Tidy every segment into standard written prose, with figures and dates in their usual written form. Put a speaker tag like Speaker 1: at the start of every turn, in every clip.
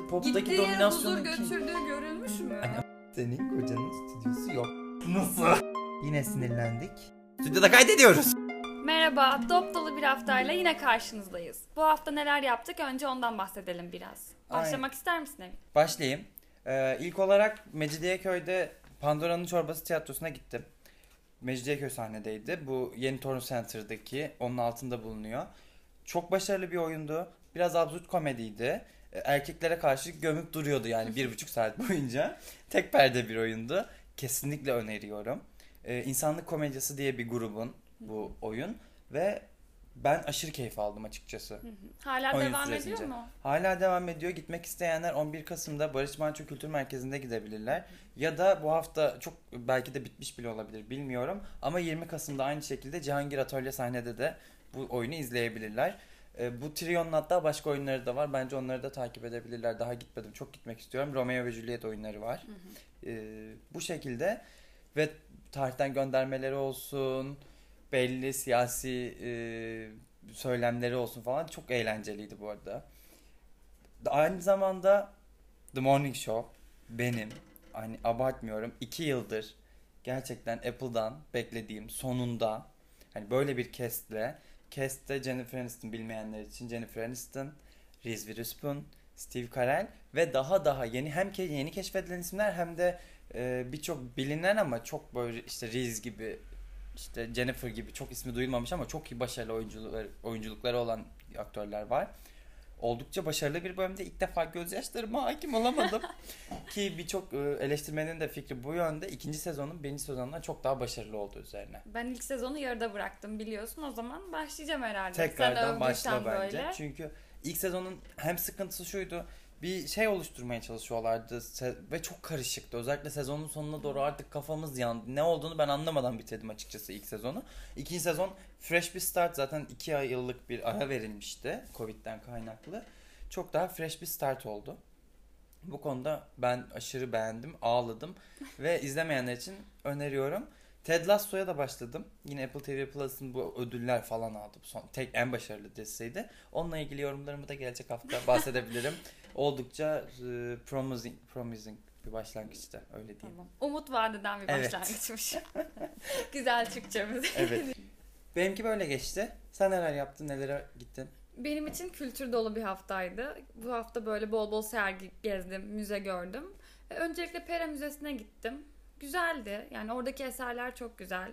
Speaker 1: poptaki
Speaker 2: Gittiği
Speaker 1: dominasyonu
Speaker 2: huzur götürdüğü görülmüş mü?
Speaker 1: Senin kocanın stüdyosu yok. Nasıl? Yine sinirlendik. Stüdyoda kaydediyoruz.
Speaker 2: Merhaba, dop dolu bir haftayla yine karşınızdayız. Bu hafta neler yaptık önce ondan bahsedelim biraz. Başlamak ister misin Emin?
Speaker 1: Başlayayım. İlk olarak Mecidiyeköy'de Pandora'nın Çorbası tiyatrosuna gittim. Mecidiyeköy sahnedeydi. Bu Yeni Torun Center'daki, onun altında bulunuyor. Çok başarılı bir oyundu. Biraz absürt komediydi. Erkeklere karşı gömüp duruyordu yani 1,5 saat boyunca. Tek perde bir oyundu. Kesinlikle öneriyorum. İnsanlık Komedyası diye bir grubun bu oyun. Ve ben aşırı keyif aldım açıkçası.
Speaker 2: Hala
Speaker 1: Oyun
Speaker 2: devam
Speaker 1: süresince.
Speaker 2: ediyor mu?
Speaker 1: Hala devam ediyor. Gitmek isteyenler 11 Kasım'da Barış Manço Kültür Merkezi'nde gidebilirler. Ya da bu hafta çok belki de bitmiş bile olabilir bilmiyorum. Ama 20 Kasım'da aynı şekilde Cihangir Atölye sahnede de bu oyunu izleyebilirler. Bu trionun hatta başka oyunları da var. Bence onları da takip edebilirler. Daha gitmedim. Çok gitmek istiyorum. Romeo ve Juliet oyunları var. Bu şekilde ve tarihten göndermeleri olsun, belli siyasi söylemleri olsun falan çok eğlenceliydi bu arada. Aynı zamanda The Morning Show benim hani abartmıyorum 2 yıldır gerçekten Apple'dan beklediğim sonunda hani böyle bir cast'te Jennifer Aniston bilmeyenler için Jennifer Aniston, Reese Witherspoon, Steve Carell ve daha yeni hem yeni keşfedilen isimler hem de birçok bilinen ama çok böyle işte Reese gibi işte Jennifer gibi çok ismi duyulmamış ama çok iyi başarılı oyunculukları olan aktörler var. Oldukça başarılı bir bölümde ilk defa gözyaşlarıma hakim olamadım. Ki birçok eleştirmenin de fikri bu yönde. İkinci sezonun birinci sezonundan çok daha başarılı olduğu üzerine.
Speaker 2: Ben ilk sezonu yarıda bıraktım biliyorsun. O zaman başlayacağım herhalde.
Speaker 1: Tekrardan başla bence.
Speaker 2: Böyle.
Speaker 1: Çünkü ilk sezonun hem sıkıntısı şuydu. Bir şey oluşturmaya çalışıyorlardı ve çok karışıktı. Özellikle sezonun sonuna doğru artık kafamız yandı. Ne olduğunu ben anlamadan bitirdim açıkçası ilk sezonu. İkinci sezon fresh bir start, zaten 2 yıllık bir ara verilmişti Covid'den kaynaklı. Çok daha fresh bir start oldu. Bu konuda ben aşırı beğendim, ağladım ve izlemeyenler için öneriyorum. Ted Lasso'ya da başladım. Yine Apple TV Plus'ın bu ödüller falan aldı. En başarılı dizisiydi. Onunla ilgili yorumlarımı da gelecek hafta bahsedebilirim. Oldukça promising bir başlangıçtı, öyle diyeyim.
Speaker 2: Tamam. Umut vadeden bir başlangıçmış. Güzel Türkçemiz.
Speaker 1: Evet. Benimki böyle geçti. Sen neler yaptın, nelere gittin?
Speaker 2: Benim için kültür dolu bir haftaydı. Bu hafta böyle bol bol sergi gezdim, müze gördüm. Öncelikle Pera Müzesi'ne gittim. Güzeldi. Yani oradaki eserler çok güzel.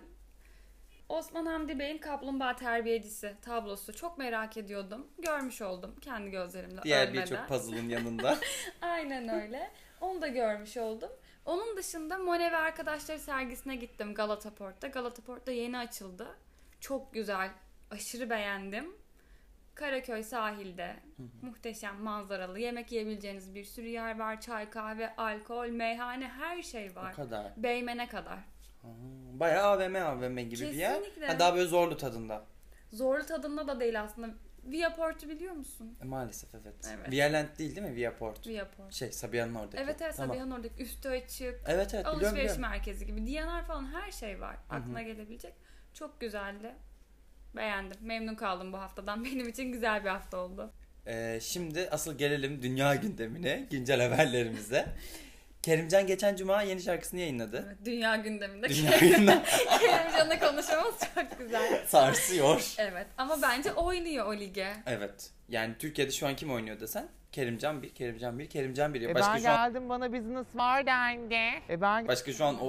Speaker 2: Osman Hamdi Bey'in Kaplumbağa Terbiyecisi tablosu çok merak ediyordum. Görmüş oldum kendi gözlerimle
Speaker 1: Diğer
Speaker 2: ölmeden.
Speaker 1: birçok puzzle'ın yanında.
Speaker 2: Aynen öyle. Onu da görmüş oldum. Onun dışında Monet ve Arkadaşları sergisine gittim Galata Port'ta. Galata Port'ta yeni açıldı. Çok güzel. Aşırı beğendim. Karaköy sahilde muhteşem manzaralı, yemek yiyebileceğiniz bir sürü yer var. Çay, kahve, alkol, meyhane, her şey var.
Speaker 1: O kadar.
Speaker 2: Beymen'e kadar.
Speaker 1: Bayağı AVM gibi bir yer.
Speaker 2: Kesinlikle.
Speaker 1: Daha böyle zorlu tadında.
Speaker 2: Zorlu tadında da değil aslında. Viaport'u biliyor musun?
Speaker 1: Maalesef evet.
Speaker 2: Evet.
Speaker 1: Violent değil mi Viaport?
Speaker 2: Viaport.
Speaker 1: Sabiha'nın oradaki.
Speaker 2: Evet
Speaker 1: tamam.
Speaker 2: Sabiha'nın oradaki üstü açık.
Speaker 1: Evet
Speaker 2: Alışveriş
Speaker 1: biliyorum.
Speaker 2: merkezi gibi. Diyanar falan her şey var. Aklına gelebilecek. Çok güzeldi. Beğendim. Memnun kaldım bu haftadan. Benim için güzel bir hafta oldu.
Speaker 1: Şimdi asıl gelelim dünya gündemine, güncel haberlerimize. Kerimcan geçen cuma yeni şarkısını yayınladı.
Speaker 2: Evet, dünya gündeminde.
Speaker 1: Dünya gündeminde.
Speaker 2: Kerimcan'la konuşmamız çok güzel.
Speaker 1: Sarsıyor.
Speaker 2: Evet ama bence oynuyor o lige.
Speaker 1: Evet. Yani Türkiye'de şu an kim oynuyor desen? Kerimcan 1, Kerimcan 1, Kerimcan 1.
Speaker 3: Ben geldim bana business var dendi.
Speaker 1: Başka şu an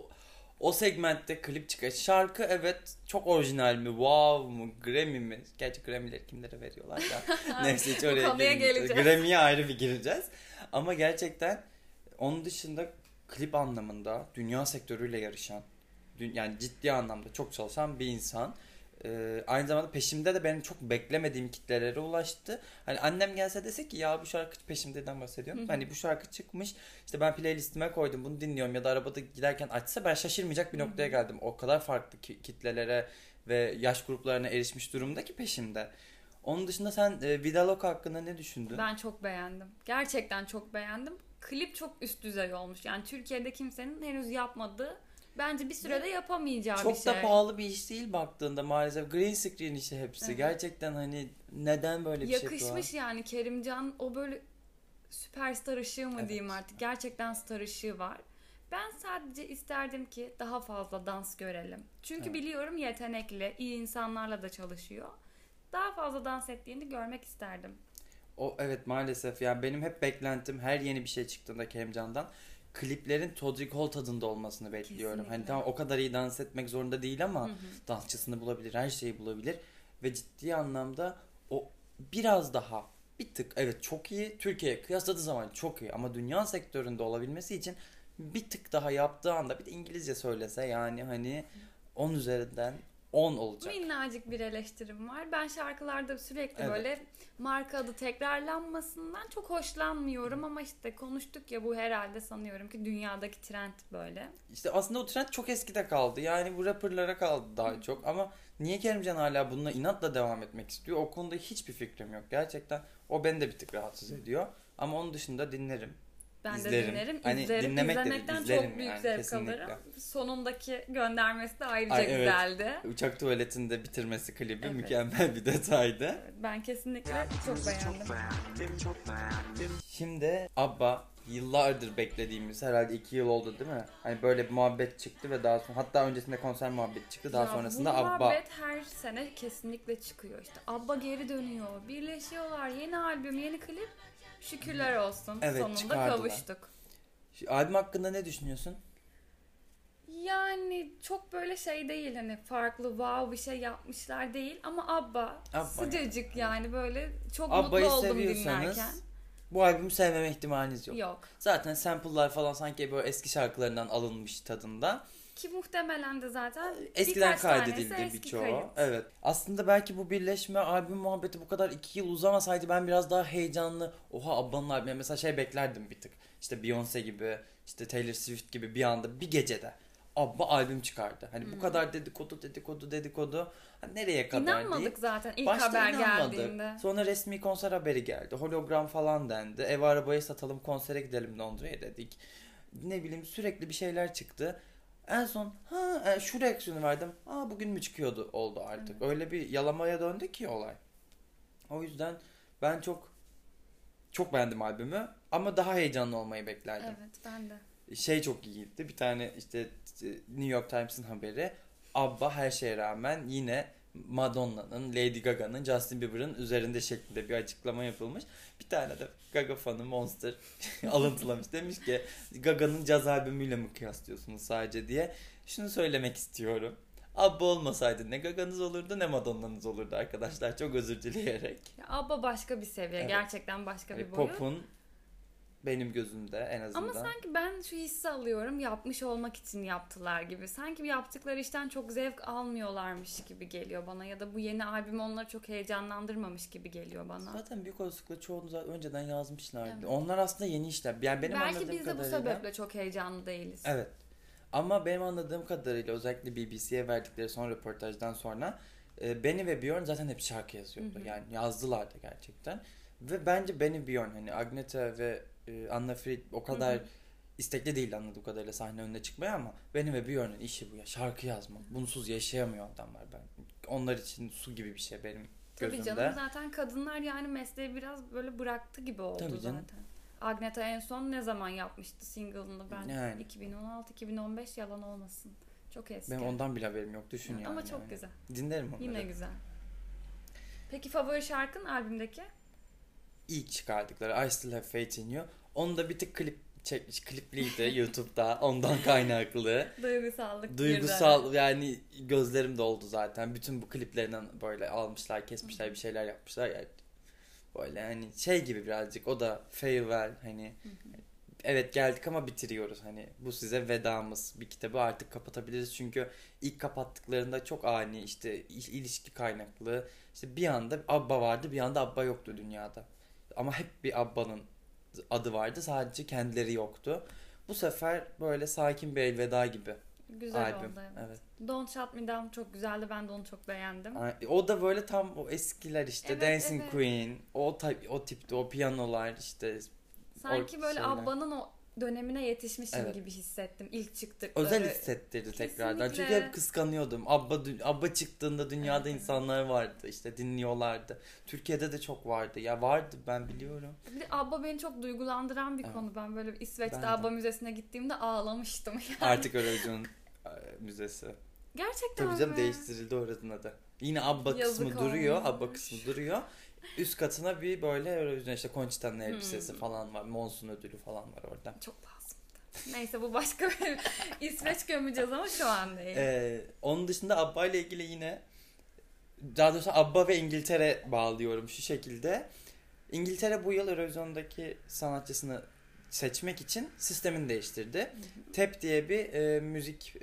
Speaker 1: o segmentte klip çıkıyor. Şarkı evet çok orijinal mi? Wow mu? Grammy mi? Gerçi Grammy'leri kimlere veriyorlar da. Neyse hiç oraya
Speaker 2: geleceğiz.
Speaker 1: Grammy'ye ayrı bir gireceğiz. Ama gerçekten onun dışında klip anlamında dünya sektörüyle yarışan, yani ciddi anlamda çok çalışan bir insan. Aynı zamanda peşimde de benim çok beklemediğim kitlelere ulaştı. Hani annem gelse dese ki ya bu şarkı peşimdeden bahsediyorum. Hani bu şarkı çıkmış. İşte ben playlistime koydum. Bunu dinliyorum ya da arabada giderken açsa ben şaşırmayacak bir noktaya geldim. O kadar farklı kitlelere ve yaş gruplarına erişmiş durumda ki peşimde. Onun dışında sen Vidalok hakkında ne düşündün?
Speaker 2: Ben çok beğendim. Gerçekten çok beğendim. Klip çok üst düzey olmuş. Yani Türkiye'de kimsenin henüz yapmadığı, bence bir sürede yapamayacağı bir şey.
Speaker 1: Çok da pahalı bir iş değil baktığında maalesef. Green screen işi hepsi. Evet. Gerçekten hani neden böyle bir şey yapıyor?
Speaker 2: Yakışmış yani Kerimcan o böyle süperstar ışığı mı
Speaker 1: Evet.
Speaker 2: diyeyim artık. Gerçekten star ışığı var. Ben sadece isterdim ki daha fazla dans görelim. Çünkü
Speaker 1: Evet.
Speaker 2: biliyorum yetenekli, iyi insanlarla da çalışıyor. Daha fazla dans ettiğini görmek isterdim.
Speaker 1: O evet maalesef ya benim hep beklentim her yeni bir şey çıktığında Kerimcan'dan kliplerin Todrick Hall tadında olmasını bekliyorum.
Speaker 2: Kesinlikle.
Speaker 1: Hani tamam o kadar iyi dans etmek zorunda değil ama
Speaker 2: Hı hı.
Speaker 1: dansçısını bulabilir, her şeyi bulabilir ve ciddi anlamda o biraz daha bir tık evet çok iyi Türkiye'ye kıyasladığı zaman çok iyi ama dünya sektöründe olabilmesi için bir tık daha yaptığı anda bir de İngilizce söylese yani hani 10 üzerinden 10 olacak.
Speaker 2: Minnacık bir eleştirim var. Ben şarkılarda sürekli
Speaker 1: Evet.
Speaker 2: böyle marka adı tekrarlanmasından çok hoşlanmıyorum ama işte konuştuk ya bu herhalde sanıyorum ki dünyadaki trend böyle.
Speaker 1: İşte aslında o trend çok eskide kaldı. Yani bu rapperlara kaldı daha çok. Ama niye Kerimcan hala bununla inatla devam etmek istiyor? O konuda hiçbir fikrim yok. Gerçekten o beni de bir tık rahatsız ediyor. Ama onun dışında dinlerim.
Speaker 2: Ben
Speaker 1: İzlerim.
Speaker 2: de dinlerim.
Speaker 1: Hani
Speaker 2: İzlerim.
Speaker 1: dinlemek de değil,
Speaker 2: İzlemekten
Speaker 1: izlerim
Speaker 2: çok büyük
Speaker 1: yani,
Speaker 2: zevk
Speaker 1: kesinlikle.
Speaker 2: alırım. Sonundaki göndermesi de ayrıca
Speaker 1: Ay, evet.
Speaker 2: güzeldi.
Speaker 1: Uçak tuvaletinde bitirmesi klibi
Speaker 2: Evet.
Speaker 1: mükemmel bir detaydı.
Speaker 2: Evet, ben kesinlikle çok beğendim.
Speaker 1: Şimdi ABBA yıllardır beklediğimiz herhalde 2 yıl oldu değil mi? Hani böyle bir muhabbet çıktı ve daha sonra hatta öncesinde konser muhabbeti çıktı. Daha
Speaker 2: Ya
Speaker 1: sonrasında
Speaker 2: bu
Speaker 1: ABBA
Speaker 2: muhabbet her sene kesinlikle çıkıyor. İşte ABBA geri dönüyor, birleşiyorlar, yeni albüm, yeni klip. Şükürler olsun.
Speaker 1: Evet,
Speaker 2: Sonunda
Speaker 1: çıkardılar.
Speaker 2: kavuştuk.
Speaker 1: Şu albüm hakkında ne düşünüyorsun?
Speaker 2: Yani çok böyle şey değil hani farklı wow bir şey yapmışlar değil ama ABBA
Speaker 1: ABBA
Speaker 2: sıcacık yani böyle çok
Speaker 1: ABBA'yı
Speaker 2: mutlu oldum
Speaker 1: seviyorsanız
Speaker 2: dinlerken.
Speaker 1: bu albümü sevmeme ihtimaliniz yok.
Speaker 2: Yok.
Speaker 1: Zaten sample'lar falan sanki böyle eski şarkılarından alınmış tadında.
Speaker 2: Ki muhtemelen de zaten
Speaker 1: Eskiden
Speaker 2: birkaç tanesi
Speaker 1: kaydedildi
Speaker 2: eski
Speaker 1: birçoğu.
Speaker 2: kayıt.
Speaker 1: Evet. Aslında belki bu birleşme albüm muhabbeti bu kadar 2 yıl uzamasaydı ben biraz daha heyecanlı. Oha ABBA'nın albümü mesela şey beklerdim bir tık. İşte Beyoncé gibi, işte Taylor Swift gibi bir anda bir gecede ABBA albüm çıkardı. Hani bu kadar dedikodu. Hani nereye kadar
Speaker 2: İnanmadık
Speaker 1: deyip
Speaker 2: zaten ilk
Speaker 1: başta
Speaker 2: haber
Speaker 1: inanmadık.
Speaker 2: geldiğinde.
Speaker 1: Sonra resmi konser haberi geldi. Hologram falan dendi. Ev arabayı satalım konsere gidelim Londra'ya dedik. Ne bileyim sürekli bir şeyler çıktı. En son şu reaksiyonu verdim. Bugün mü çıkıyordu oldu artık. Öyle bir yalamaya döndü ki olay. O yüzden ben çok beğendim albümü ama daha heyecanlı olmayı beklerdim.
Speaker 2: Evet ben de.
Speaker 1: Şey çok iyiydi. Bir tane işte New York Times'ın haberi. ABBA her şeye rağmen yine Madonna'nın, Lady Gaga'nın, Justin Bieber'ın üzerinde şeklinde bir açıklama yapılmış. Bir tane de Gaga fanı Monster alıntılamış. Demiş ki Gaga'nın caz albümüyle mi kıyaslıyorsunuz sadece diye. Şunu söylemek istiyorum. ABBA olmasaydı ne Gaga'nız olurdu ne Madonna'nız olurdu arkadaşlar. Çok özür dileyerek.
Speaker 2: Ya ABBA başka bir seviye.
Speaker 1: Evet.
Speaker 2: Gerçekten başka bir boyut.
Speaker 1: Pop'un benim gözümde en azından.
Speaker 2: Ama sanki ben şu hissi alıyorum yapmış olmak için yaptılar gibi. Sanki yaptıkları işten çok zevk almıyorlarmış gibi geliyor bana. Ya da bu yeni albüm onları çok heyecanlandırmamış gibi geliyor bana.
Speaker 1: Zaten büyük olasılıkla çoğunu zaten önceden yazmışlardı.
Speaker 2: Evet.
Speaker 1: Onlar aslında yeni işler. Yani benim
Speaker 2: Belki
Speaker 1: anladığım
Speaker 2: biz de bu
Speaker 1: kadarıyla.
Speaker 2: sebeple çok heyecanlı değiliz.
Speaker 1: Evet. Ama benim anladığım kadarıyla özellikle BBC'ye verdikleri son röportajdan sonra Benny ve Björn zaten hep şarkı yazıyordu.
Speaker 2: Hı hı.
Speaker 1: Yani yazdılar da gerçekten. Ve bence Benny Björn hani Agneta ve Anna Fried o kadar istekli değil anladığım kadarıyla sahne önüne çıkmaya ama Benny ve Björn'ün işi bu ya. Şarkı yazmak. Bunsuz yaşayamıyor adamlar ben. Onlar için su gibi bir şey benim
Speaker 2: Tabii
Speaker 1: gözümde.
Speaker 2: canım zaten kadınlar yani mesleği biraz böyle bıraktı gibi oldu
Speaker 1: Tabii canım.
Speaker 2: zaten. Agneta en son ne zaman yapmıştı single'ını ben?
Speaker 1: Yani.
Speaker 2: 2016-2015 yalan olmasın. Çok eski.
Speaker 1: Benim ondan bile haberim yok. Düşün yani.
Speaker 2: Ama çok
Speaker 1: yani.
Speaker 2: güzel.
Speaker 1: Dinlerim onları.
Speaker 2: Yine güzel. Peki favori şarkın albümdeki?
Speaker 1: İlk çıkardıkları I Still Have Faith in You. Onu da bir tık klipliydi YouTube'da. Ondan kaynaklı.
Speaker 2: Duygusallık.
Speaker 1: Duygusal yani gözlerim doldu zaten. Bütün bu kliplerinden böyle almışlar, kesmişler, bir şeyler yapmışlar. Yani böyle hani şey gibi birazcık o da farewell hani evet geldik ama bitiriyoruz hani bu size vedamız bir kitabı artık kapatabiliriz çünkü ilk kapattıklarında çok ani işte ilişki kaynaklı işte bir anda ABBA vardı bir anda ABBA yoktu dünyada ama hep bir ABBA'nın adı vardı sadece kendileri yoktu bu sefer böyle sakin bir elveda gibi
Speaker 2: Güzel
Speaker 1: albüm
Speaker 2: oldu evet.
Speaker 1: evet.
Speaker 2: Don't Shut Me Down çok güzeldi. Ben de onu çok beğendim.
Speaker 1: O da böyle tam o eskiler işte
Speaker 2: Evet,
Speaker 1: Dancing
Speaker 2: evet.
Speaker 1: Queen o tipte o piyanolar işte
Speaker 2: Sanki böyle
Speaker 1: şeyler.
Speaker 2: ABBA'nın o dönemine yetişmişim
Speaker 1: Evet.
Speaker 2: gibi hissettim ilk çıktıkları.
Speaker 1: Özel hissettirdi tekrardan. Çünkü
Speaker 2: Kesinlikle.
Speaker 1: hep kıskanıyordum. Abba çıktığında dünyada
Speaker 2: Evet.
Speaker 1: insanlar vardı. İşte dinliyorlardı. Türkiye'de de çok vardı. Ya vardı, ben biliyorum.
Speaker 2: Bir de ABBA beni çok duygulandıran bir
Speaker 1: Evet.
Speaker 2: konu. Ben böyle İsveç'te
Speaker 1: Ben de.
Speaker 2: ABBA müzesine gittiğimde ağlamıştım. Yani.
Speaker 1: Artık Eurovision müzesi.
Speaker 2: Gerçekten
Speaker 1: Tabii canım,
Speaker 2: mi?
Speaker 1: değiştirildi orasının adı. Yine ABBA
Speaker 2: Yazık
Speaker 1: kısmı duruyor.
Speaker 2: olmuş.
Speaker 1: ABBA kısmı duruyor. Üst katına bir böyle Eurovision, işte Conchita'nın elbisesi falan var. Monsun ödülü falan var orada.
Speaker 2: Çok lazım. Neyse, bu başka bir İsveç gömeceğiz ama şu an değil.
Speaker 1: Onun dışında ABBA ile ilgili yine, daha doğrusu ABBA ve İngiltere bağlıyorum şu şekilde. İngiltere bu yıl Eurovision'daki sanatçısını seçmek için sistemini değiştirdi. TEP diye bir müzik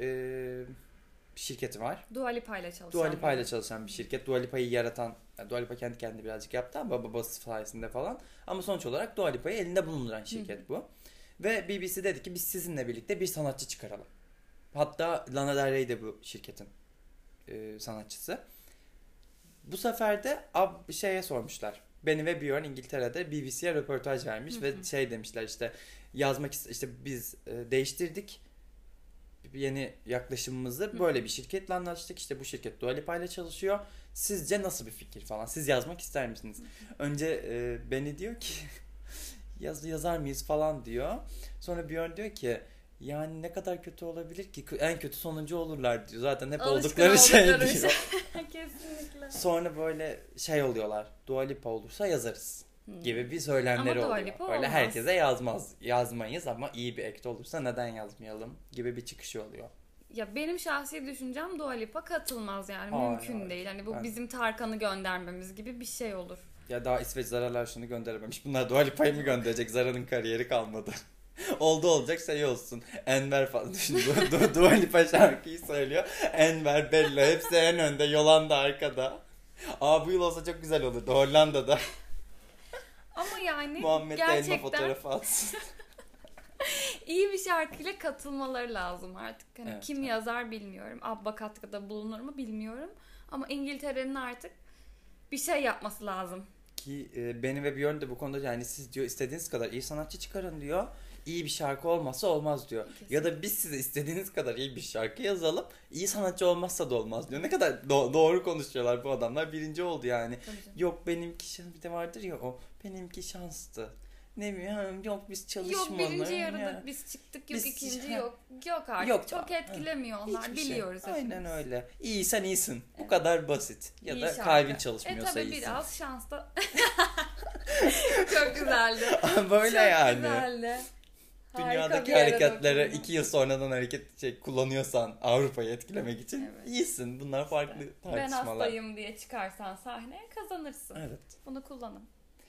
Speaker 1: şirketi var.
Speaker 2: Dua Lipa ile çalışan.
Speaker 1: Dua Lipa ile çalışan bir şirket. Dua Lipa'yı yaratan, yani Dua Lipa kendi kendine birazcık yaptı ama babası sayesinde falan. Ama sonuç olarak Dua Lipa'yı elinde bulunduran şirket bu. Ve BBC dedi ki biz sizinle birlikte bir sanatçı çıkaralım. Hatta Lana Del Rey de bu şirketin sanatçısı. Bu sefer de şeye sormuşlar. Benny ve Björn İngiltere'de BBC'ye röportaj vermiş ve şey demişler, işte işte biz değiştirdik yeni yaklaşımımızı, böyle bir şirketle anlaştık, işte bu şirket Dua Lipa ile çalışıyor, sizce nasıl bir fikir falan, siz yazmak ister misiniz? Önce Benny diyor ki yazar mıyız falan diyor, sonra Björn diyor ki yani ne kadar kötü olabilir ki, en kötü sonuncu olurlar diyor, zaten hep oldukları şey diyor.
Speaker 2: Kesinlikle.
Speaker 1: Sonra böyle şey oluyorlar, Dua Lipa olursa yazarız gibi bir söylemleri
Speaker 2: Ama Dua
Speaker 1: oluyor.
Speaker 2: Lipa
Speaker 1: Böyle
Speaker 2: olmaz.
Speaker 1: herkese yazmayız ama iyi bir act olursa neden yazmayalım gibi bir çıkışı oluyor.
Speaker 2: Ya benim şahsi düşüncem Dua Lipa katılmaz yani.
Speaker 1: Hayır,
Speaker 2: Mümkün
Speaker 1: hayır.
Speaker 2: değil. Hani bu
Speaker 1: Ben-
Speaker 2: bizim Tarkan'ı göndermemiz gibi bir şey olur.
Speaker 1: Ya daha İsveç Zara'lar şunu gönderememiş. Bunlar Dua Lipa'yı mı gönderecek? Zara'nın kariyeri kalmadı. Olacak şey olsun. Enver falan düşün. Dua Lipa şarkıyı söylüyor. Enver, Bella hepsi en önde. Yolanda arkada. Bu yıl olsa çok güzel olurdu. Hollanda'da.
Speaker 2: Ama yani
Speaker 1: Muhammed de elma
Speaker 2: gerçekten
Speaker 1: fotoğrafı atsın.
Speaker 2: iyi bir şarkıyla katılmaları lazım artık. Hani
Speaker 1: Evet,
Speaker 2: kim
Speaker 1: evet.
Speaker 2: yazar bilmiyorum. ABBA katkıda bulunur mu bilmiyorum. Ama İngiltere'nin artık bir şey yapması lazım.
Speaker 1: Ki Benny ve Björn de bu konuda, yani siz diyor istediğiniz kadar iyi sanatçı çıkarın diyor. İyi bir şarkı olmazsa olmaz diyor.
Speaker 2: Kesinlikle.
Speaker 1: Ya da biz size istediğiniz kadar iyi bir şarkı yazalım. İyi sanatçı olmazsa da olmaz diyor. Ne kadar doğru konuşuyorlar bu adamlar. Birinci oldu yani.
Speaker 2: Tabii canım.
Speaker 1: Yok benimki şans, bir de vardır ya o. Benimki şanstı. Ne bileyim, yok biz çalışmalı.
Speaker 2: Yok birinci yarıda
Speaker 1: Ya.
Speaker 2: biz çıktık, yok
Speaker 1: Biz-
Speaker 2: ikinci yok. Yok artık.
Speaker 1: Yok
Speaker 2: çok
Speaker 1: da-
Speaker 2: etkilemiyor onlar.
Speaker 1: Hiçbir şey.
Speaker 2: Biliyoruz
Speaker 1: Aynen
Speaker 2: hepimiz.
Speaker 1: öyle. İyisen iyisin. Bu
Speaker 2: Evet.
Speaker 1: kadar basit. Ya
Speaker 2: İyi
Speaker 1: da
Speaker 2: şarkı.
Speaker 1: kalbin çalışmıyorsa
Speaker 2: tabii
Speaker 1: iyisin.
Speaker 2: biraz şans da. Çok güzeldi.
Speaker 1: Böyle
Speaker 2: Çok
Speaker 1: yani.
Speaker 2: güzeldi. Harika
Speaker 1: Dünyadaki
Speaker 2: bir yere
Speaker 1: hareketleri
Speaker 2: dokundun.
Speaker 1: 2 yıl sonradan kullanıyorsan Avrupa'yı etkilemek için
Speaker 2: Evet.
Speaker 1: iyisin. Bunlar farklı
Speaker 2: Ben
Speaker 1: tartışmalar.
Speaker 2: hastayım diye çıkarsan sahneye kazanırsın.
Speaker 1: Evet.
Speaker 2: Bunu kullanın.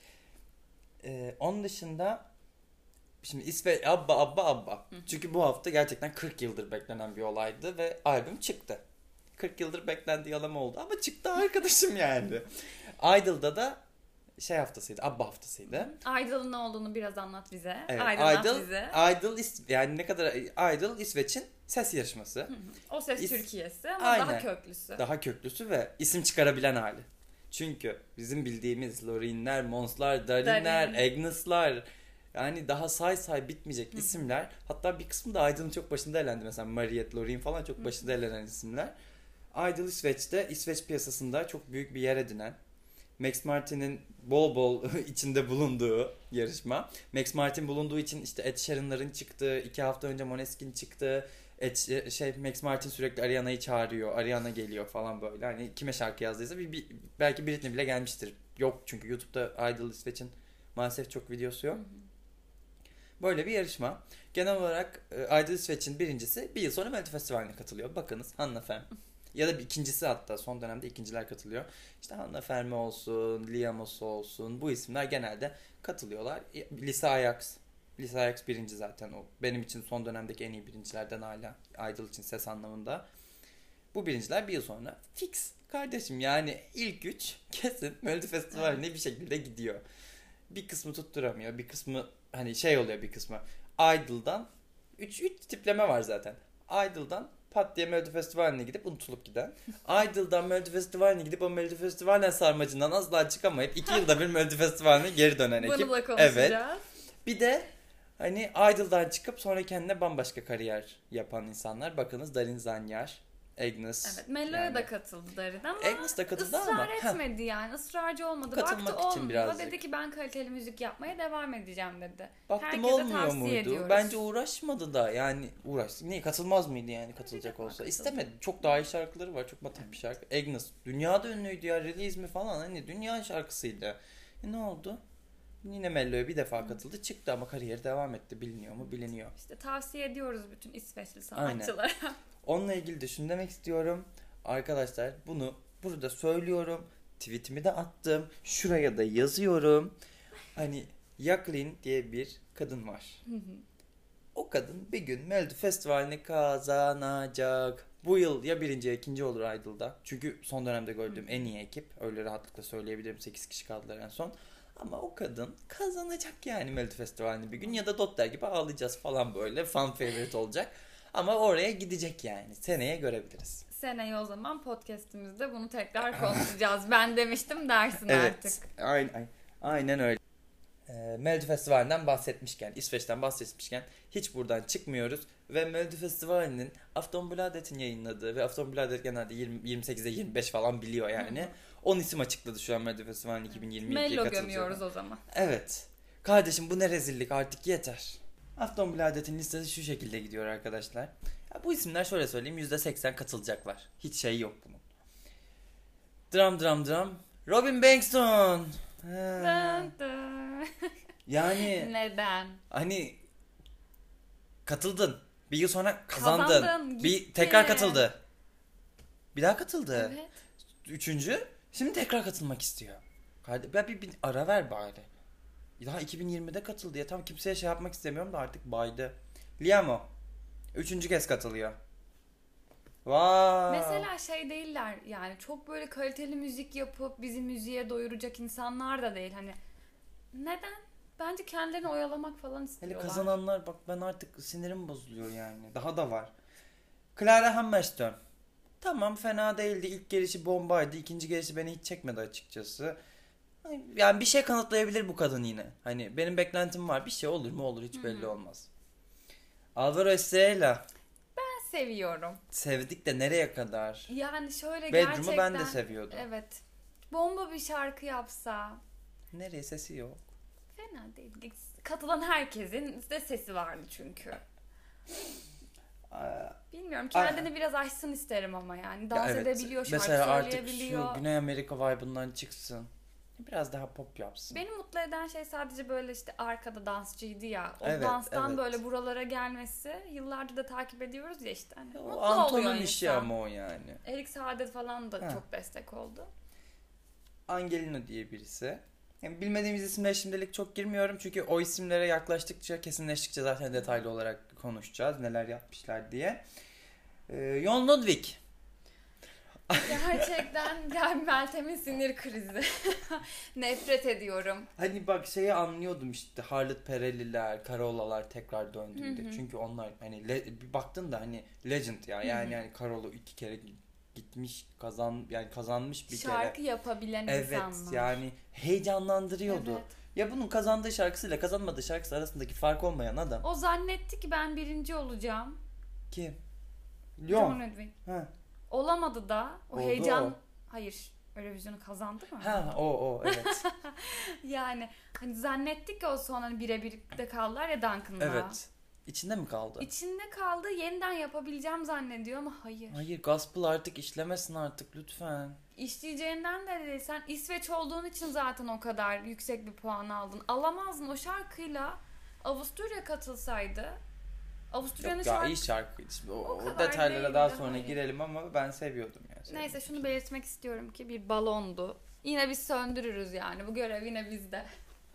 Speaker 1: Onun dışında şimdi Abba. Çünkü bu hafta gerçekten 40 yıldır beklenen bir olaydı ve albüm çıktı. 40 yıldır beklendiği yalan oldu ama çıktı arkadaşım yani. Idol'da da şey haftasıydı, Abba haftasıydı.
Speaker 2: Idol'ın ne olduğunu biraz anlat bize.
Speaker 1: Evet,
Speaker 2: Aydınlat bize.
Speaker 1: Yani ne kadar Idol İsveç'in ses yarışması.
Speaker 2: O ses
Speaker 1: İs-
Speaker 2: Türkiye'si ama
Speaker 1: Aynen.
Speaker 2: daha köklüsü.
Speaker 1: Daha köklüsü ve isim çıkarabilen hali. Çünkü bizim bildiğimiz Lorinler, Monslar, Darinler,
Speaker 2: Darin.
Speaker 1: Agnes'lar, yani daha say bitmeyecek isimler. Hatta bir kısmı da Idol'ın çok başında elendi. Mesela Mariette, Lorin falan çok başında elenen isimler. Idol İsveç'te, İsveç piyasasında çok büyük bir yer edinen, Max Martin'in bol içinde bulunduğu yarışma. Max Martin bulunduğu için işte Ed Sheeran'ların çıktığı, 2 hafta önce Måneskin çıktı. Max Martin sürekli Ariana'yı çağırıyor. Ariana geliyor falan böyle. Hani kime şarkı yazdıysa belki Britney bile gelmiştir. Yok çünkü YouTube'da Idol İsveç'in maalesef çok videosu yok. Böyle bir yarışma. Genel olarak Idol İsveç'in birincisi bir yıl sonra Melodi Festivali'ne katılıyor. Bakınız Hanna Ferm. Ya da bir ikincisi, hatta son dönemde ikinciler katılıyor. İşte Hanna Fermi olsun, Liam Osso olsun, bu isimler genelde katılıyorlar. Lisa Ajax. Lisa Ajax birinci zaten o. Benim için son dönemdeki en iyi birincilerden hala. Idol için ses anlamında. Bu birinciler bir yıl sonra fix. Kardeşim yani ilk üç kesin Melodi Festivali'ne bir şekilde gidiyor. Bir kısmı tutturamıyor. Bir kısmı hani şey oluyor bir kısmı. Idol'dan 3 tipleme var zaten. Idol'dan pat diye Melodi Festivali'ne gidip unutulup giden. Idol'dan Melodi Festivali'ne gidip o Melodi Festivali'ne sarmacından asla çıkamayıp 2 yılda bir Melodi Festivali'ne geri dönen ekip.
Speaker 2: Bunu da konuşacağız.
Speaker 1: Evet. Bir de Hani Idol'dan çıkıp sonra kendine bambaşka kariyer yapan insanlar. Bakınız Darin Zanyar, Agnes.
Speaker 2: Evet, Mello'ya
Speaker 1: yani.
Speaker 2: da katıldı Darin ama
Speaker 1: Agnes da katıldı
Speaker 2: ısrar
Speaker 1: ama.
Speaker 2: etmedi yani. Israrcı olmadı.
Speaker 1: Katılmak
Speaker 2: Baktı
Speaker 1: için
Speaker 2: olmuyor.
Speaker 1: birazcık.
Speaker 2: Dedi ki ben kaliteli müzik yapmaya devam edeceğim dedi.
Speaker 1: Baktım
Speaker 2: Herkese
Speaker 1: olmuyor
Speaker 2: tavsiye
Speaker 1: muydu?
Speaker 2: ediyoruz.
Speaker 1: Bence uğraşmadı da yani Niye katılmaz mıydı yani katılacak olsa?
Speaker 2: katıldı.
Speaker 1: İstemedi. Çok daha iyi şarkıları var. Çok matah bir şarkı. Agnes. Dünyada ünlüydü ya. Release mi falan. Hani dünya şarkısıydı. Ne oldu? Yine Mello'ya bir defa katıldı. Çıktı ama kariyeri devam etti. Biliniyor mu? Biliniyor.
Speaker 2: İşte tavsiye ediyoruz bütün İsveçli sanatçılara.
Speaker 1: Onunla ilgili de şunu demek istiyorum. Arkadaşlar bunu burada söylüyorum. Tweetimi de attım. Şuraya da yazıyorum. Hani Jacqueline diye bir kadın var. O kadın bir gün Melodi Festivali'ni kazanacak. Bu yıl ya birinci ya ikinci olur Idol'da. Çünkü son dönemde gördüğüm en iyi ekip. Öyle rahatlıkla söyleyebilirim. 8 kişi kaldılar en son. Ama o kadın kazanacak yani Melodi Festivali'ni bir gün. Ya da Dotter gibi ağlayacağız falan böyle. Fan favorite olacak. Ama oraya gidecek yani. Seneye görebiliriz.
Speaker 2: Seneye o zaman podcast'imizde bunu tekrar konuşacağız. Ben demiştim dersin
Speaker 1: Evet.
Speaker 2: artık.
Speaker 1: Aynen öyle. Melodi Festivali'nden bahsetmişken, İsveç'ten bahsetmişken hiç buradan çıkmıyoruz. Ve Melodi Festivali'nin Aftonbladet'in yayınladığı ve Aftonbladet genelde 28'e 25 falan biliyor yani. 10 isim açıkladı şu an Melodi Festivali'nin 2022'ye
Speaker 2: Mello
Speaker 1: katılacağını.
Speaker 2: gömüyoruz o zaman.
Speaker 1: Evet. Kardeşim bu ne rezillik artık yeter. Aftonbladet'in listesi şu şekilde gidiyor arkadaşlar. Ya bu isimler şöyle söyleyeyim %80 katılacaklar. Hiç şey yok bunun. Drum. Robin Bengtsson.
Speaker 2: Dın dın.
Speaker 1: Yani
Speaker 2: Neden?
Speaker 1: hani katıldın. Bir yıl sonra kazandın.
Speaker 2: Kazandın,
Speaker 1: Bir
Speaker 2: gitti.
Speaker 1: tekrar katıldı. Bir daha katıldı.
Speaker 2: Evet.
Speaker 1: Üçüncü. Şimdi tekrar katılmak istiyor. Ya bir ara ver bari. Daha 2020'de katıldı ya. Tam kimseye şey yapmak istemiyorum da artık baydı. Liamo. Üçüncü kez katılıyor. Vay.
Speaker 2: Mesela şey değiller yani çok böyle kaliteli müzik yapıp bizi müziğe doyuracak insanlar da değil. Hani neden? Bence kendilerini oyalamak falan
Speaker 1: Hele
Speaker 2: istiyorlar.
Speaker 1: kazananlar bak ben artık sinirim bozuluyor yani. Daha da var. Clara Hammerstone. Tamam fena değildi. İlk gelişi bombaydı. İkinci gelişi beni hiç çekmedi açıkçası. Yani bir şey kanıtlayabilir bu kadın yine. Hani benim beklentim var. Bir şey olur mu olur hiç belli olmaz. Alvaro Estrella.
Speaker 2: Ben seviyorum.
Speaker 1: Sevdik de nereye kadar?
Speaker 2: Yani şöyle
Speaker 1: Bedroom'u
Speaker 2: gerçekten.
Speaker 1: ben de seviyordum.
Speaker 2: Evet. Bomba bir şarkı yapsa.
Speaker 1: Nereye sesi yok.
Speaker 2: Fena değil. Katılan herkesin de sesi vardı çünkü. Bilmiyorum kendini biraz aşsın isterim ama yani. Dans
Speaker 1: evet.
Speaker 2: edebiliyor, şarkı
Speaker 1: Mesela artık
Speaker 2: söyleyebiliyor.
Speaker 1: şu Güney Amerika vibe'ından çıksın. Biraz daha pop yapsın.
Speaker 2: Beni mutlu eden şey sadece böyle işte arkada dansçıydı ya. O
Speaker 1: Evet,
Speaker 2: danstan
Speaker 1: evet.
Speaker 2: böyle buralara gelmesi. Yıllardır da takip ediyoruz ya işte. Hani
Speaker 1: O
Speaker 2: mutlu oluyor
Speaker 1: Anton'un
Speaker 2: insan.
Speaker 1: işi ama o yani.
Speaker 2: Erik Saadet falan da
Speaker 1: Ha.
Speaker 2: çok destek oldu.
Speaker 1: Angelino diye birisi. Yani bilmediğimiz isimlere şimdilik çok girmiyorum. Çünkü o isimlere yaklaştıkça, kesinleştikçe zaten detaylı olarak konuşacağız. Neler yapmışlar diye. Jon Ludwig.
Speaker 2: Gerçekten yani Meltem'in sinir krizi. Nefret ediyorum.
Speaker 1: Hani bak şeyi anlıyordum işte Harlot Perrelli'ler, Carola'lar tekrar döndüğünde. Çünkü onlar hani bir baktın da hani legend ya. Yani Carola 2 kere gitmiş kazanmış bir kere.
Speaker 2: Şarkı yapabilen
Speaker 1: Evet
Speaker 2: insanlar.
Speaker 1: yani heyecanlandırıyordu.
Speaker 2: Evet.
Speaker 1: Ya bunun kazandığı şarkısıyla kazanmadığı şarkısı arasındaki fark olmayan adam.
Speaker 2: O zannetti ki ben birinci olacağım.
Speaker 1: Kim?
Speaker 2: John
Speaker 1: Lyon.
Speaker 2: Ludwig.
Speaker 1: Ha.
Speaker 2: Olamadı da. O
Speaker 1: Oldu
Speaker 2: heyecan...
Speaker 1: o.
Speaker 2: Hayır. Eurovision'u kazandı mı?
Speaker 1: Ha o evet.
Speaker 2: Yani hani zannettik ki o son hani birebir de kaldılar ya Duncan'la.
Speaker 1: Evet. İçinde mi kaldı?
Speaker 2: İçinde kaldı. Yeniden yapabileceğim zannediyor ama hayır.
Speaker 1: Hayır gospel artık işlemesin artık lütfen.
Speaker 2: İşleyeceğinden de değil. Sen İsveç olduğun için zaten o kadar yüksek bir puan aldın. Alamazdın o şarkıyla. Avusturya katılsaydı. Avusturya'nın
Speaker 1: Yok ya
Speaker 2: şarkı...
Speaker 1: iyi şarkıydı. Şimdi o
Speaker 2: kadar
Speaker 1: detaylara
Speaker 2: değildi,
Speaker 1: daha sonra
Speaker 2: hayır.
Speaker 1: girelim ama ben seviyordum yani.
Speaker 2: Neyse şunu belirtmek istiyorum ki bir balondu. Yine biz söndürürüz yani. Bu görev yine bizde.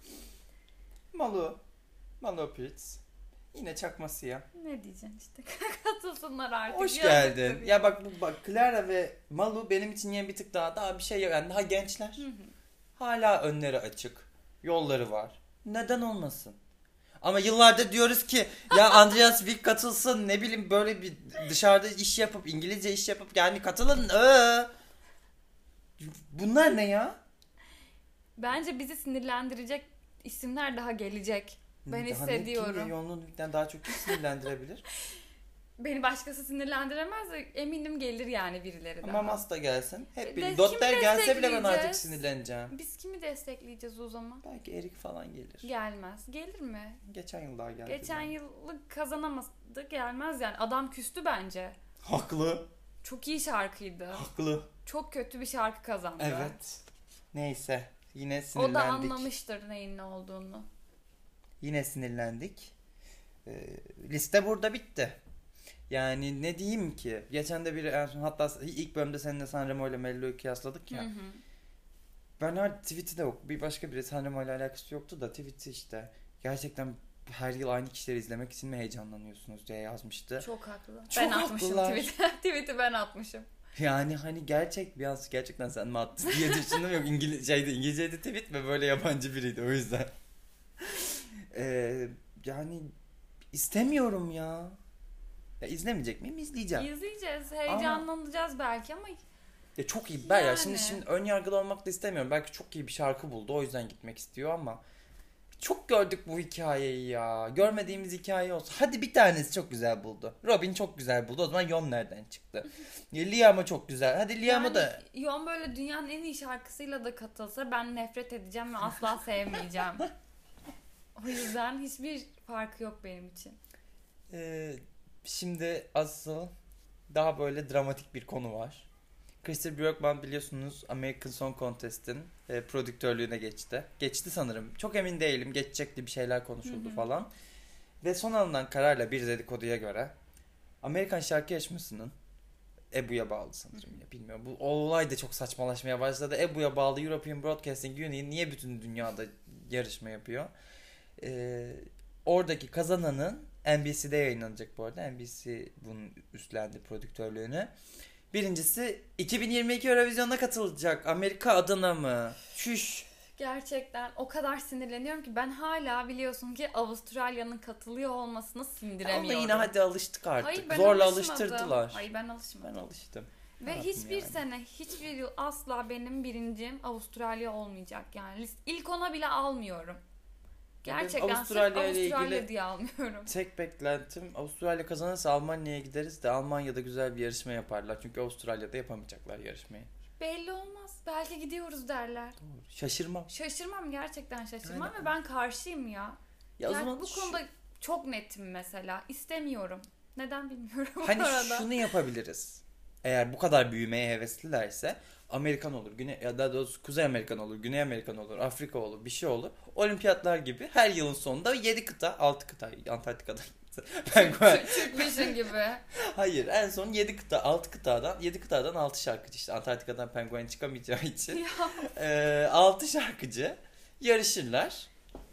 Speaker 1: Malu Pitts. Yine çakması ya.
Speaker 2: Ne diyeceksin işte. Katılsınlar artık.
Speaker 1: Hoş
Speaker 2: Yazıktır
Speaker 1: geldin. Ya bak Clara ve Malu benim için yine bir tık daha bir şey yani daha gençler. Hala önleri açık. Yolları var. Neden olmasın? Ama yıllardır diyoruz ki ya Andreas Wick katılsın ne bileyim böyle bir dışarıda iş yapıp İngilizce iş yapıp yani katılın. Bunlar ne ya?
Speaker 2: Bence bizi sinirlendirecek isimler daha gelecek. Ben
Speaker 1: Daha
Speaker 2: hissediyorum.
Speaker 1: Kim yoğunluğundan daha çok sinirlendirebilir?
Speaker 2: Beni başkası sinirlendiremez de eminim gelir yani birileri
Speaker 1: Ama
Speaker 2: daha.
Speaker 1: Mas da gelsin. Hep
Speaker 2: De-
Speaker 1: bir
Speaker 2: kimi
Speaker 1: Dotler gelse bile ben artık
Speaker 2: destekleyeceğiz?
Speaker 1: sinirleneceğim.
Speaker 2: Biz kimi destekleyeceğiz o zaman?
Speaker 1: Belki Erik falan gelir.
Speaker 2: Gelmez. Gelir mi?
Speaker 1: Geçen yıl daha geldi.
Speaker 2: Geçen yıllık kazanamadı, gelmez yani. Adam küstü bence.
Speaker 1: Haklı.
Speaker 2: Çok iyi şarkıydı.
Speaker 1: Haklı.
Speaker 2: Çok kötü bir şarkı kazandı.
Speaker 1: Evet. Neyse. Yine
Speaker 2: O da
Speaker 1: sinirlendik.
Speaker 2: anlamıştır neyin ne olduğunu.
Speaker 1: Yine sinirlendik. Liste burada bitti. Yani ne diyeyim ki? Geçen de biri en son, hatta ilk bölümde seninle Sanremo ile Mello'yu kıyasladık ya.
Speaker 2: Hı hı.
Speaker 1: Ben tweet'i de yok. Bir başka biri Sanremo ile alakası yoktu da tweet'i işte. Gerçekten her yıl aynı kişileri izlemek için mi heyecanlanıyorsunuz diye yazmıştı.
Speaker 2: Çok haklı.
Speaker 1: Çok
Speaker 2: Ben atmışım
Speaker 1: haklılar.
Speaker 2: tweet'i ben atmışım.
Speaker 1: Yani hani gerçekten sen mi attın diye düşündüm. Yok İngilizceydi tweet ve böyle yabancı biriydi o yüzden. Yani istemiyorum ya. Ya izlemeyecek miyim? İzleyeceğim.
Speaker 2: İzleyeceğiz. Heyecanlanacağız belki ama
Speaker 1: Ya çok iyi. Ben ya
Speaker 2: Yani.
Speaker 1: şimdi ön yargılı olmak da istemiyorum. Belki çok iyi bir şarkı buldu. O yüzden gitmek istiyor ama çok gördük bu hikayeyi ya. Görmediğimiz hikaye olsa. Hadi bir tanesi çok güzel buldu. Robin çok güzel buldu. O zaman Yon nereden çıktı? Liam'a çok güzel. Hadi Liam'a da
Speaker 2: Yon böyle dünyanın en iyi şarkısıyla da katılsa ben nefret edeceğim ve asla sevmeyeceğim. O yüzden hiçbir farkı yok benim için.
Speaker 1: Şimdi asıl daha böyle dramatik bir konu var. Christer Björkman biliyorsunuz American Song Contest'in prodüktörlüğüne geçti. Geçti sanırım. Çok emin değilim. Geçecekti, bir şeyler konuşuldu falan. Ve son alınan kararla bir dedikoduya göre Amerikan şarkı yarışmasının EBU'ya bağlı sanırım yine bilmiyorum. Bu olay da çok saçmalaşmaya başladı. EBU'ya bağlı European Broadcasting Union niye bütün dünyada yarışma yapıyor? Oradaki kazananın NBC'de yayınlanacak bu arada. NBC bunun üstlendi prodüktörlüğünü. Birincisi 2022 Eurovision'a katılacak. Amerika adına mı? Şüş.
Speaker 2: Gerçekten o kadar sinirleniyorum ki ben hala biliyorsun ki Avustralya'nın katılıyor olmasını sindiremiyorum.
Speaker 1: Ama yine hadi alıştık artık.
Speaker 2: Hayır, ben
Speaker 1: Zorla
Speaker 2: alışmadım.
Speaker 1: alıştırdılar.
Speaker 2: Hayır ben alışmadım.
Speaker 1: Ben alıştım.
Speaker 2: Ve
Speaker 1: yapayım
Speaker 2: hiçbir
Speaker 1: yani?
Speaker 2: sene, hiçbir yıl asla benim birincim Avustralya olmayacak yani. İlk ona bile almıyorum. Gerçekten
Speaker 1: Avustralya
Speaker 2: sırf
Speaker 1: ile
Speaker 2: Avustralya
Speaker 1: ilgili
Speaker 2: diye almıyorum.
Speaker 1: tek beklentim Avustralya kazanırsa Almanya'ya gideriz de Almanya'da güzel bir yarışma yaparlar. Çünkü Avustralya'da yapamayacaklar yarışmayı.
Speaker 2: Belli olmaz. Belki gidiyoruz derler.
Speaker 1: Doğru. Şaşırmam.
Speaker 2: Şaşırmam, gerçekten şaşırmam
Speaker 1: Aynen.
Speaker 2: ve ben karşıyım ya.
Speaker 1: Ya o
Speaker 2: Yani
Speaker 1: zaman
Speaker 2: bu konuda çok netim mesela. İstemiyorum. Neden bilmiyorum
Speaker 1: hani
Speaker 2: bu arada.
Speaker 1: şunu yapabiliriz. Eğer bu kadar büyümeye heveslilerse Amerikan olur, ya da doğrusu Kuzey Amerikan olur, Güney Amerikan olur, Afrika olur, bir şey olur. Olimpiyatlar gibi her yılın sonunda 7 kıta, 6 kıta, Antarktika'da.
Speaker 2: Türkmüşün gibi.
Speaker 1: Hayır, en son 7 kıta, 6 kıtadan, 7 kıtadan 6 şarkıcı, işte Antarktika'dan penguen çıkamayacağı için
Speaker 2: Ya,
Speaker 1: 6 şarkıcı yarışırlar.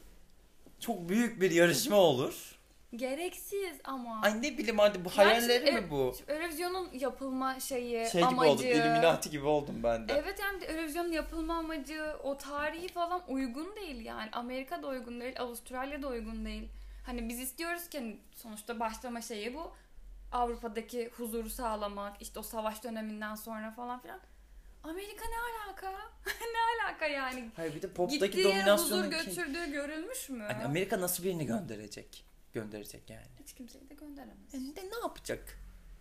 Speaker 1: Çok büyük bir yarışma olur.
Speaker 2: gereksiz ama.
Speaker 1: Ay ne bileyim, hadi bu hayalleri mi bu?
Speaker 2: Eurovision'un yapılma şeyi,
Speaker 1: Şey gibi
Speaker 2: amacı.
Speaker 1: oldum, Illuminati gibi oldum ben de.
Speaker 2: Evet, yani bir de Eurovision'un yapılma amacı, o tarihi falan uygun değil yani. Amerika'da uygun değil, Avustralya'da uygun değil. Hani biz istiyoruz ki sonuçta başlama şeyi bu. Avrupa'daki huzuru sağlamak, işte o savaş döneminden sonra falan filan. Amerika ne alaka? Ne alaka yani?
Speaker 1: Hayır, bir de poptaki
Speaker 2: Gittiği yere
Speaker 1: dominasyonun
Speaker 2: huzur götürdüğü görülmüş mü?
Speaker 1: Hani Amerika nasıl birini gönderecek? Gönderecek yani.
Speaker 2: Hiç kimseyi de gönderemez.
Speaker 1: De ne yapacak?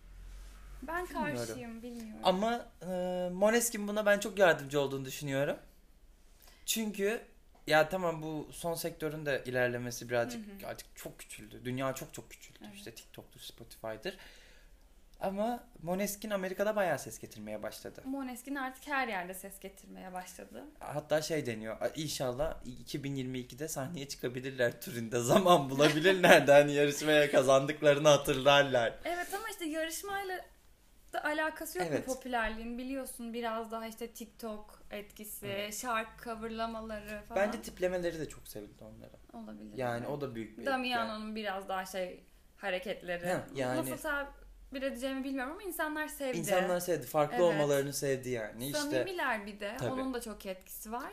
Speaker 2: Ben
Speaker 1: Bilmiyorum.
Speaker 2: karşıyım, bilmiyorum.
Speaker 1: Ama Måneskin buna ben çok yardımcı olduğunu düşünüyorum. Çünkü ya tamam, bu son sektörün de ilerlemesi birazcık artık çok küçüldü. Dünya çok küçüldü.
Speaker 2: Evet.
Speaker 1: İşte TikTok'tur, Spotify'dır. Ama Måneskin Amerika'da bayağı ses getirmeye başladı.
Speaker 2: Måneskin artık her yerde ses getirmeye başladı.
Speaker 1: Hatta şey deniyor, inşallah 2022'de sahneye çıkabilirler türünde, zaman bulabilirler de hani yarışmaya kazandıklarını hatırlarlar.
Speaker 2: Evet ama işte yarışmayla da alakası yok
Speaker 1: Evet.
Speaker 2: bu popülerliğin, biliyorsun biraz daha işte TikTok etkisi, şarkı coverlamaları falan.
Speaker 1: Bence tiplemeleri de çok sevildi onlara.
Speaker 2: olabilir.
Speaker 1: Yani
Speaker 2: evet.
Speaker 1: o da büyük bir
Speaker 2: Damiano'nun biraz daha hareketleri.
Speaker 1: Heh, yani-
Speaker 2: Nasıl tabir edeceğimi bilmiyorum ama insanlar sevdi.
Speaker 1: İnsanlar sevdi, farklı
Speaker 2: Evet.
Speaker 1: olmalarını sevdi yani. İşte
Speaker 2: Samimiler bir de.
Speaker 1: Tabii.
Speaker 2: Onun da çok etkisi var.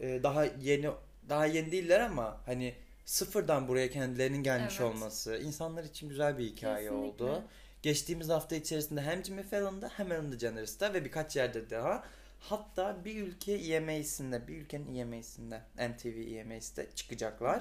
Speaker 1: daha yeni değiller ama hani sıfırdan buraya kendilerinin gelmiş
Speaker 2: Evet.
Speaker 1: olması insanlar için güzel bir hikaye
Speaker 2: Kesinlikle.
Speaker 1: oldu. Geçtiğimiz hafta içerisinde hem Jimmy Fallon'da hem Ellen DeGeneres'ta ve birkaç yerde daha, hatta bir ülkenin EMA'sinde, NTV EMA'sinde çıkacaklar.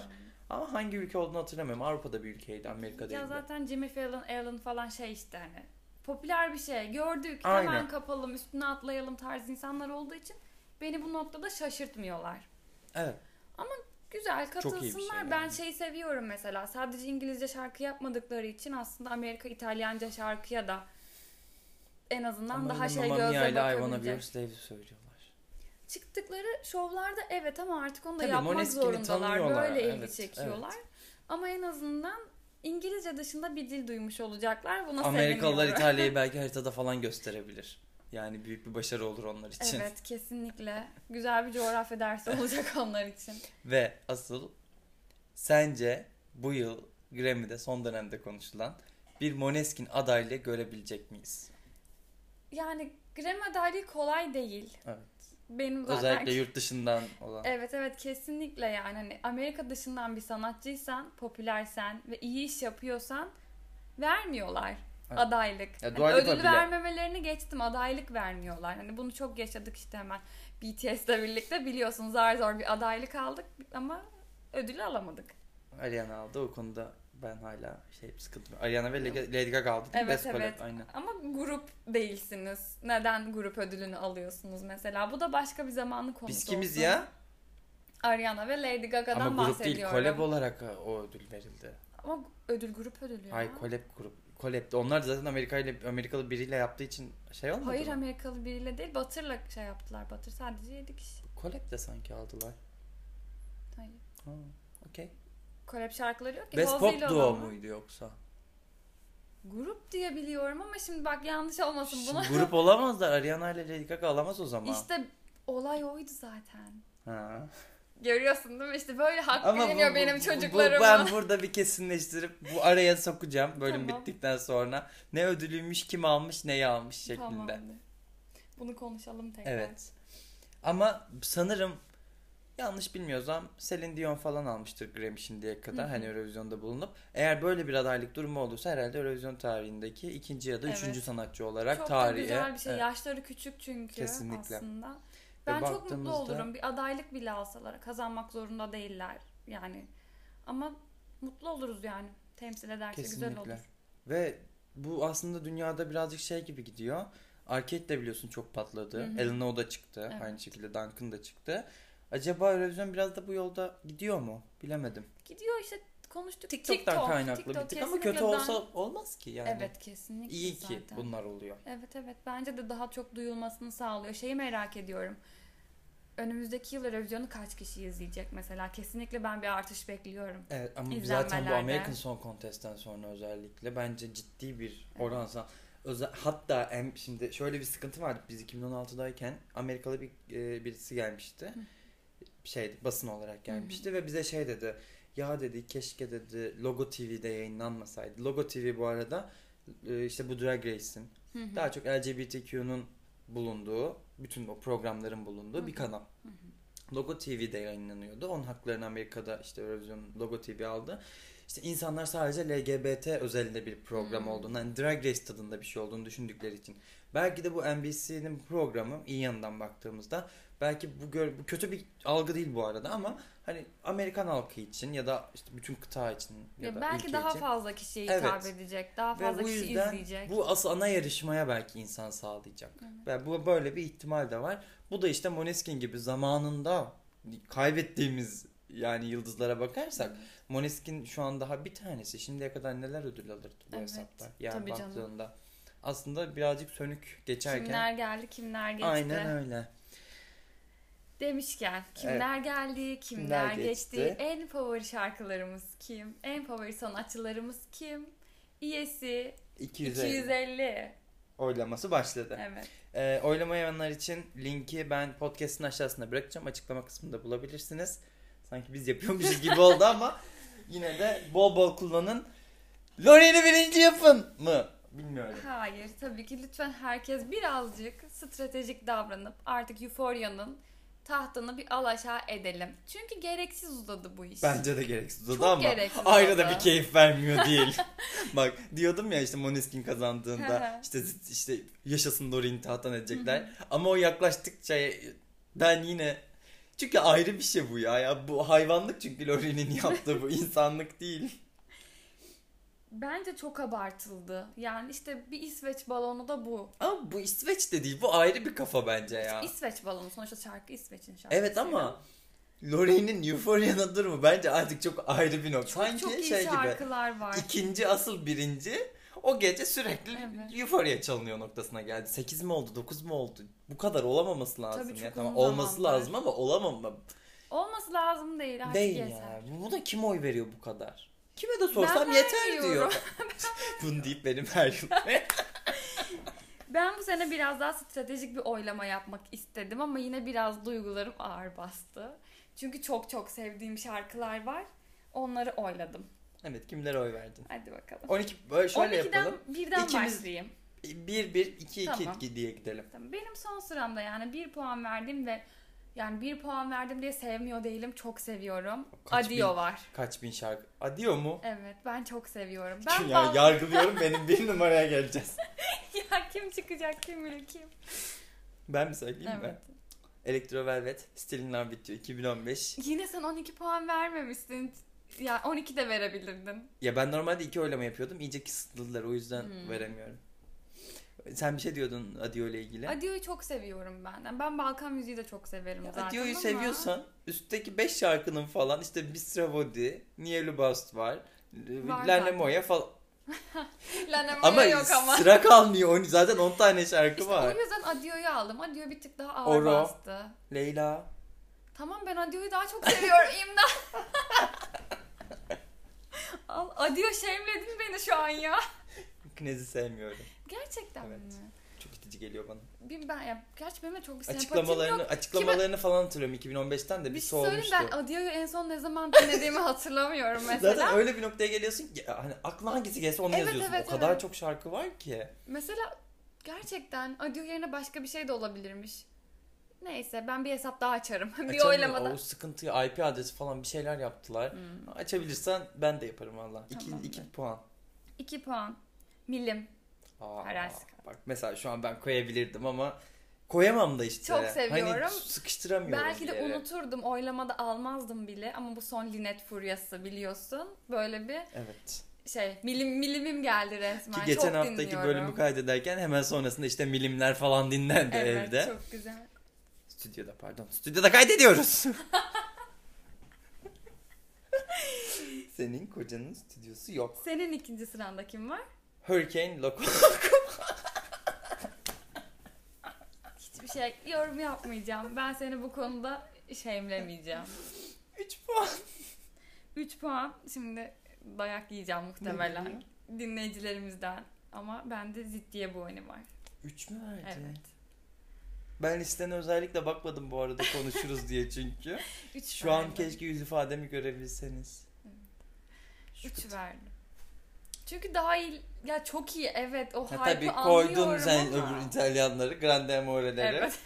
Speaker 1: Ama hangi ülke olduğunu hatırlamıyorum. Avrupa'da bir ülkeydi, Amerika
Speaker 2: Ya
Speaker 1: değildi.
Speaker 2: zaten Jimmy Fallon, Ellen falan şey işte hani popüler bir şey. Gördük,
Speaker 1: Aynen.
Speaker 2: hemen kapalım, üstüne atlayalım tarzı insanlar olduğu için beni bu noktada şaşırtmıyorlar.
Speaker 1: Evet.
Speaker 2: Güzel
Speaker 1: Çok iyi bir şey
Speaker 2: katılsınlar.
Speaker 1: yani.
Speaker 2: Ben şeyi seviyorum mesela. Sadece İngilizce şarkı yapmadıkları için aslında Amerika İtalyanca şarkıya da en azından
Speaker 1: Ama
Speaker 2: daha
Speaker 1: Mamma
Speaker 2: şey
Speaker 1: Mia
Speaker 2: gözle
Speaker 1: ile I Wanna Be Your
Speaker 2: bakabilecek.
Speaker 1: Slave söylüyorlar.
Speaker 2: Çıktıkları şovlarda evet ama artık onu da
Speaker 1: Tabii,
Speaker 2: yapmak
Speaker 1: Måneskin'i
Speaker 2: zorundalar.
Speaker 1: tanıyorlar,
Speaker 2: Böyle ilgi
Speaker 1: evet,
Speaker 2: çekiyorlar.
Speaker 1: evet.
Speaker 2: Ama en azından İngilizce dışında bir dil duymuş olacaklar. Buna
Speaker 1: Amerikalılar
Speaker 2: seviniyorum.
Speaker 1: İtalya'yı belki haritada falan gösterebilir. Yani büyük bir başarı olur onlar için.
Speaker 2: Evet kesinlikle. Güzel bir coğrafya dersi olacak onlar için.
Speaker 1: Ve asıl sence bu yıl Grammy'de son dönemde konuşulan bir Måneskin adaylığı görebilecek miyiz?
Speaker 2: Yani Grammy adaylığı kolay değil.
Speaker 1: Evet.
Speaker 2: Benim zaten...
Speaker 1: Özellikle yurt dışından olan.
Speaker 2: Evet kesinlikle yani hani Amerika dışından bir sanatçıysan, popülersen ve iyi iş yapıyorsan vermiyorlar
Speaker 1: Evet.
Speaker 2: adaylık.
Speaker 1: Ya,
Speaker 2: Hani
Speaker 1: Dua Lipa
Speaker 2: ödül
Speaker 1: bile-
Speaker 2: vermemelerini geçtim, adaylık vermiyorlar. Hani bunu çok yaşadık işte hemen BTS'le birlikte, biliyorsunuz zar zor bir adaylık aldık ama ödülü alamadık.
Speaker 1: Ariana aldı, o konuda ben hala sıkıntı var. Ariana ve Lady Gaga aldı. değil mi?
Speaker 2: Evet
Speaker 1: Best Collab,
Speaker 2: evet
Speaker 1: aynen.
Speaker 2: ama grup değilsiniz. Neden grup ödülünü alıyorsunuz mesela? Bu da başka bir zamanın konusu
Speaker 1: Biz kimiz
Speaker 2: olsun.
Speaker 1: ya?
Speaker 2: Ariana ve Lady Gaga'dan
Speaker 1: Ama grup değil,
Speaker 2: bahsediyorum.
Speaker 1: collab olarak o ödül verildi.
Speaker 2: Ama ödül grup ödülü ya.
Speaker 1: Hayır, collab grup. Collab'de. Onlar da zaten Amerikalı biriyle yaptığı için şey olmadı
Speaker 2: Hayır
Speaker 1: mı?
Speaker 2: Amerikalı biriyle değil, Batır'la şey yaptılar. Batır sadece 7 kişi.
Speaker 1: Collab de sanki aldılar.
Speaker 2: Hayır.
Speaker 1: Ha, okey.
Speaker 2: Collab şarkıları yok ki.
Speaker 1: Best
Speaker 2: Halsey
Speaker 1: Pop
Speaker 2: ile
Speaker 1: Duo
Speaker 2: olan mı?
Speaker 1: muydu yoksa?
Speaker 2: Grup diye biliyorum ama şimdi bak yanlış olmasın buna.
Speaker 1: Şimdi grup olamazlar. Ariana ile Lady Gaga alamaz o zaman.
Speaker 2: İşte olay oydu zaten.
Speaker 1: Ha.
Speaker 2: Görüyorsun değil mi? İşte böyle hak
Speaker 1: Ama
Speaker 2: veremiyor benim çocuklarıma.
Speaker 1: ben burada bir kesinleştirip bu araya sokacağım bölüm
Speaker 2: Tamam.
Speaker 1: bittikten sonra. Ne ödülüymüş, kim almış, neyi almış şeklinde.
Speaker 2: Tamam hadi. Bunu konuşalım tekrar.
Speaker 1: Evet. Ama sanırım yanlış bilmiyorsam Celine Dion falan almıştır Grammy şimdiye kadar.
Speaker 2: Hı hı.
Speaker 1: Hani Eurovision'da bulunup. Eğer böyle bir adaylık durumu olursa herhalde Eurovizyon tarihindeki ikinci ya da
Speaker 2: Evet.
Speaker 1: üçüncü sanatçı olarak
Speaker 2: Çok
Speaker 1: tarihe.
Speaker 2: da güzel bir şey.
Speaker 1: Evet.
Speaker 2: Yaşları küçük çünkü
Speaker 1: Kesinlikle.
Speaker 2: aslında. Ben çok mutlu
Speaker 1: baktığımızda-
Speaker 2: olurum. Bir adaylık bile alsalar. Kazanmak zorunda değiller yani. Ama mutlu oluruz yani. Temsil ederse güzel
Speaker 1: Kesinlikle.
Speaker 2: olur.
Speaker 1: Ve bu aslında dünyada birazcık şey gibi gidiyor. Arcade de biliyorsun çok patladı.
Speaker 2: Hı hı.
Speaker 1: Elena O da çıktı.
Speaker 2: Evet.
Speaker 1: Aynı şekilde Duncan da çıktı. Acaba Eurovision biraz da bu yolda gidiyor mu? Bilemedim.
Speaker 2: Gidiyor işte, konuştuk.
Speaker 1: TikTok'tan kaynaklı bir tık ama kötü
Speaker 2: kesinlikle
Speaker 1: olsa olmaz ki yani.
Speaker 2: Evet kesinlikle
Speaker 1: İyi
Speaker 2: zaten.
Speaker 1: ki bunlar oluyor.
Speaker 2: Evet bence de daha çok duyulmasını sağlıyor. Şeyi merak ediyorum. Önümüzdeki yıl Eurovision'u kaç kişi izleyecek mesela? Kesinlikle ben bir artış bekliyorum.
Speaker 1: Evet ama zaten bu
Speaker 2: İzlenmelerde.
Speaker 1: American Song Contest'ten sonra özellikle bence ciddi bir oransal. Hatta şimdi şöyle bir sıkıntı vardı. Biz 2016'dayken Amerikalı birisi gelmişti. Basın olarak gelmişti ve bize şey dedi. Ya dedi, keşke dedi Logo TV'de yayınlanmasaydı. Logo TV bu arada işte bu Drag Race'in daha çok LGBTQ'nun bulunduğu, bütün o programların bulunduğu bir kanal. Logo TV'de yayınlanıyordu. Onun haklarını Amerika'da işte Eurovision Logo TV aldı. İşte insanlar sadece LGBT özelinde bir program olduğunu, yani Drag Race tadında bir şey olduğunu düşündükleri için. Belki de bu NBC'nin programı, iyi yanından baktığımızda, belki bu kötü bir algı değil bu arada ama hani Amerikan halkı için ya da işte bütün kıta için ya da
Speaker 2: belki
Speaker 1: ülke
Speaker 2: daha
Speaker 1: için.
Speaker 2: fazla kişiye hitap
Speaker 1: Evet.
Speaker 2: edecek. Daha
Speaker 1: Ve
Speaker 2: fazla
Speaker 1: bu
Speaker 2: kişi
Speaker 1: yüzden
Speaker 2: izleyecek.
Speaker 1: bu asıl ana yarışmaya belki insan sağlayacak. Ve bu böyle bir ihtimal de var. Bu da işte Måneskin gibi zamanında kaybettiğimiz yani yıldızlara bakarsak Måneskin şu an daha bir tanesi. Şimdiye kadar neler ödül alırdı bu
Speaker 2: Evet,
Speaker 1: hesapta. Yani
Speaker 2: tabii canım.
Speaker 1: baktığında aslında birazcık sönük geçerken.
Speaker 2: Kimler geldi, kimler geçti.
Speaker 1: Aynen öyle.
Speaker 2: Demişken kimler geldi, kimler geçti.
Speaker 1: geçti.
Speaker 2: En favori şarkılarımız kim? En favori sanatçılarımız kim? İyesi 250.
Speaker 1: Oylaması başladı.
Speaker 2: Evet.
Speaker 1: Oylamayanlar için linki ben podcast'ın aşağısına bırakacağım. Açıklama kısmında bulabilirsiniz. Sanki biz yapıyormuşuz gibi oldu ama yine de bol bol kullanın. Lore'ni birinci yapın mı? Bilmiyorum.
Speaker 2: Hayır tabii ki lütfen herkes birazcık stratejik davranıp artık Euphoria'nın tahtını bir alaşağı edelim. Çünkü gereksiz uzadı bu iş.
Speaker 1: Bence de gereksiz oldu
Speaker 2: Çok
Speaker 1: ama
Speaker 2: gereksiz
Speaker 1: ayrı da
Speaker 2: oldu.
Speaker 1: bir keyif vermiyor değil. Bak diyordum ya işte Måneskin kazandığında işte yaşasın Lore'ni tahttan edecekler. Ama o yaklaştıkça ben yine Çünkü ayrı bir şey bu ya. Ya bu hayvanlık çünkü Lori'nin yaptığı, bu insanlık değil.
Speaker 2: Bence çok abartıldı. Yani işte bir İsveç balonu da bu.
Speaker 1: Ama bu İsveç de değil. Bu ayrı bir kafa bence ya.
Speaker 2: İsveç balonu sonuçta şarkı İsveç'in şarkısı.
Speaker 1: Evet ama Lori'nin Euphoria'nın durumu bence artık çok ayrı bir nokta. Sanki
Speaker 2: çok iyi
Speaker 1: şey gibi.
Speaker 2: şarkılar var.
Speaker 1: İkinci asıl birinci o gece sürekli
Speaker 2: Evet.
Speaker 1: Euphoria çalınıyor noktasına geldi. 8 mi oldu 9 mu oldu? Bu kadar olamaması lazım
Speaker 2: Tabii
Speaker 1: ya.
Speaker 2: çok
Speaker 1: Tamam,
Speaker 2: uzun
Speaker 1: olması
Speaker 2: zamanlar.
Speaker 1: lazım ama olamam.
Speaker 2: Olması lazım değil artık
Speaker 1: Değil
Speaker 2: yeter.
Speaker 1: ya. Buna kim oy veriyor bu kadar? Kime de sorsam
Speaker 2: Ben
Speaker 1: yeter
Speaker 2: vermiyorum.
Speaker 1: diyor. Bunu deyip benim her yıl.
Speaker 2: Ben bu sene biraz daha stratejik bir oylama yapmak istedim ama yine biraz duygularım ağır bastı. Çünkü çok çok sevdiğim şarkılar var. Onları oyladım.
Speaker 1: Evet, kimlere oy verdin?
Speaker 2: Hadi bakalım.
Speaker 1: 12 böyle şöyle
Speaker 2: 12'den
Speaker 1: yapalım.
Speaker 2: birden
Speaker 1: İkimiz-
Speaker 2: başlayayım.
Speaker 1: 1-1-2-2
Speaker 2: Tamam.
Speaker 1: diye gidelim.
Speaker 2: Tamam. Benim son sıramda yani 1 puan verdim ve yani 1 puan verdim diye sevmiyor değilim. Çok seviyorum.
Speaker 1: Kaç
Speaker 2: Adio
Speaker 1: bin?
Speaker 2: var.
Speaker 1: Kaç bin şarkı? Adio mu?
Speaker 2: Evet, ben çok seviyorum. Ben
Speaker 1: Ya yargılıyorum, benim bir numaraya geleceğiz.
Speaker 2: ya kim çıkacak kim bilir kim.
Speaker 1: Ben mi söyleyeyim mi?
Speaker 2: Evet.
Speaker 1: Electro Velvet, Still in Love With You 2015.
Speaker 2: Yine sen 12 puan vermemişsin. Ya 12 de verebilirdin.
Speaker 1: Ya ben normalde 2 oylama yapıyordum. İyice kısıtladılar, o yüzden veremiyorum. Sen bir şey diyordun Adio ile ilgili.
Speaker 2: Adio'yu çok seviyorum benden. Ben Balkan müziği de çok severim zaten.
Speaker 1: Adio'yu
Speaker 2: ama
Speaker 1: seviyorsan üstteki 5 şarkının falan işte Bistra Vodi, Niye Lubast var.
Speaker 2: Var
Speaker 1: Lanemoya falan.
Speaker 2: Lanemoya
Speaker 1: Ama
Speaker 2: yok ama.
Speaker 1: sıra kalmıyor. Zaten 10 tane şarkı
Speaker 2: İşte
Speaker 1: var.
Speaker 2: o yüzden Adio'yu aldım. Adio bir tık daha ağır
Speaker 1: Oro.
Speaker 2: bastı.
Speaker 1: Leyla.
Speaker 2: Tamam, ben Adio'yu daha çok seviyorum. İmdat. Al, Adio shame'ledin beni şu an ya.
Speaker 1: Knez'i sevmiyorum.
Speaker 2: Gerçekten
Speaker 1: Evet.
Speaker 2: mi?
Speaker 1: Çok itici geliyor bana.
Speaker 2: Ben ya gerçi benim de çok bir sempatim yok.
Speaker 1: Açıklamalarını falan hatırlıyorum 2015'ten de bir
Speaker 2: Bir şey söyleyeyim,
Speaker 1: soğumuştu.
Speaker 2: ben Adio'yu en son ne zaman dinlediğimi hatırlamıyorum mesela.
Speaker 1: Zaten öyle bir noktaya geliyorsun ki hani aklına hangisi gelse onu
Speaker 2: Evet,
Speaker 1: yazıyorsun.
Speaker 2: evet,
Speaker 1: O kadar
Speaker 2: evet.
Speaker 1: çok şarkı var ki.
Speaker 2: Mesela gerçekten Adio yerine başka bir şey de olabilirmiş. Neyse, ben bir hesap daha açarım. bir
Speaker 1: Açamıyor.
Speaker 2: oylamada.
Speaker 1: O sıkıntıyı, IP adresi falan bir şeyler yaptılar. Açabilirsen ben de yaparım valla. 2
Speaker 2: Tamamdır.
Speaker 1: puan.
Speaker 2: 2 puan. Milim. Herhalde.
Speaker 1: Bak mesela şu an ben koyabilirdim ama koyamam da işte.
Speaker 2: Çok seviyorum.
Speaker 1: Hani sıkıştıramıyorum
Speaker 2: Belki
Speaker 1: bir
Speaker 2: de
Speaker 1: yere.
Speaker 2: unuturdum. Oylamada almazdım bile. Ama bu son Linet furyası biliyorsun. Böyle bir
Speaker 1: Evet.
Speaker 2: milimim geldi resmen.
Speaker 1: Ki geçen
Speaker 2: çok
Speaker 1: haftaki
Speaker 2: dinliyorum.
Speaker 1: bölümü kaydederken hemen sonrasında işte milimler falan dinlendi
Speaker 2: Evet,
Speaker 1: evde.
Speaker 2: çok güzel.
Speaker 1: Stüdyoda kaydediyoruz. Senin kocanın stüdyosu yok.
Speaker 2: Senin ikinci sıranda kim var?
Speaker 1: Hurricane Loco.
Speaker 2: Hiçbir şey yorum yapmayacağım. Ben seni bu konuda shame'lemeyeceğim.
Speaker 1: 3 puan.
Speaker 2: 3 puan. Şimdi dayak yiyeceğim muhtemelen dinleyicilerimizden. Ama bende Ziddiye bu oyunu var.
Speaker 1: 3 mü verdi?
Speaker 2: Evet.
Speaker 1: Ben listene özellikle bakmadım bu arada konuşuruz diye çünkü.
Speaker 2: 3
Speaker 1: Şu an keşke yüz ifademi görebilseniz.
Speaker 2: 3 verdim. Çünkü daha iyi, ya çok iyi, evet, o hype'ı
Speaker 1: Tabii
Speaker 2: anlıyorum
Speaker 1: koydun sen
Speaker 2: ama.
Speaker 1: öbür İtalyanları, Grande Amore'leri.
Speaker 2: Evet.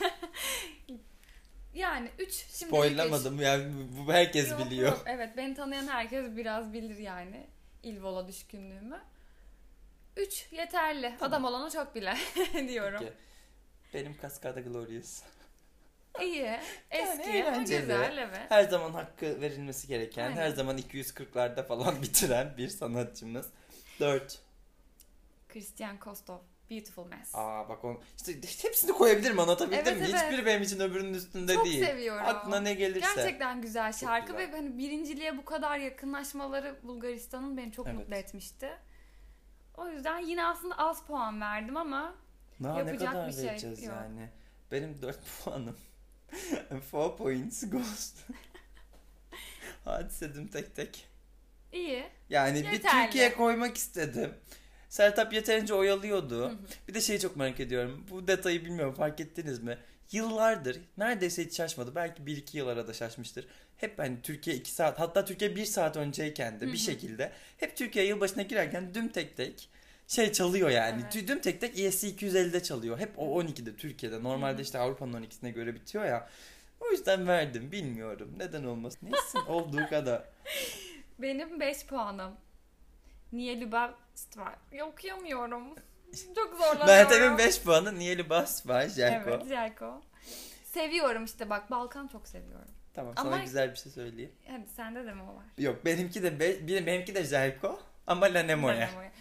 Speaker 2: Yani 3 şimdi
Speaker 1: Spoilamadım yani bu herkes biliyor.
Speaker 2: Yok. Evet, beni tanıyan herkes biraz bilir yani Il Volo düşkünlüğümü. 3 yeterli.
Speaker 1: Tamam.
Speaker 2: Adam olanı çok bile diyorum.
Speaker 1: Peki. Benim Cascada Glorious.
Speaker 2: İyi, eski,
Speaker 1: eğlenceli.
Speaker 2: güzel, evet.
Speaker 1: Her zaman hakkı verilmesi gereken,
Speaker 2: Aynen.
Speaker 1: her zaman 240'larda falan bitiren bir sanatçımız. 4.
Speaker 2: Christian Kostov, Beautiful Mess.
Speaker 1: Bak onu işte hepsini koyabilirim, anlatabildim
Speaker 2: Evet,
Speaker 1: mi?
Speaker 2: evet.
Speaker 1: Hiçbiri benim için öbürünün üstünde
Speaker 2: Çok
Speaker 1: değil.
Speaker 2: seviyorum.
Speaker 1: Aklına ne gelirse.
Speaker 2: Gerçekten güzel şarkı
Speaker 1: güzel.
Speaker 2: ve hani birinciliğe bu kadar yakınlaşmaları Bulgaristan'ın beni çok mutlu etmişti. O yüzden yine aslında az puan verdim ama
Speaker 1: Ne
Speaker 2: yapacak
Speaker 1: kadar
Speaker 2: bir şey
Speaker 1: vereceğiz
Speaker 2: yok.
Speaker 1: yani? Benim 4 puanım. 4 points Ghost. Hadisedim tek tek.
Speaker 2: iyi.
Speaker 1: Yani bir
Speaker 2: Yeterli.
Speaker 1: Türkiye koymak istedim. Sertab yeterince oyalıyordu. Bir de şeyi çok merak ediyorum. Bu detayı bilmiyorum, fark ettiniz mi? Yıllardır neredeyse hiç şaşmadı. Belki 1-2 yıl arada şaşmıştır. Hep hani Türkiye 2 saat, hatta Türkiye 1 saat önceyken de bir şekilde hep Türkiye yılbaşına girerken düm tek tek şey çalıyor yani.
Speaker 2: Evet.
Speaker 1: Düm tek tek ESC 250'de çalıyor. Hep o 12'de Türkiye'de. Normalde işte Avrupa'nın 12'sine göre bitiyor ya. O yüzden verdim. Bilmiyorum. Neden olmasın. Neyse, olduğu kadar.
Speaker 2: Benim 5 puanım. Niye Lubavst var? Okuyamıyorum. Çok zorlanıyorum.
Speaker 1: Meltem'in 5 puanı Niyeli Bas var. Jelko.
Speaker 2: Evet, Jelko. Seviyorum işte, bak, Balkan çok seviyorum.
Speaker 1: Tamam, sana
Speaker 2: Ama-
Speaker 1: güzel bir şey söyleyeyim.
Speaker 2: Hadi sende de mi o var?
Speaker 1: Yok, benimki de Jelko ama Lanemo'ya.
Speaker 2: Lanemo'ya.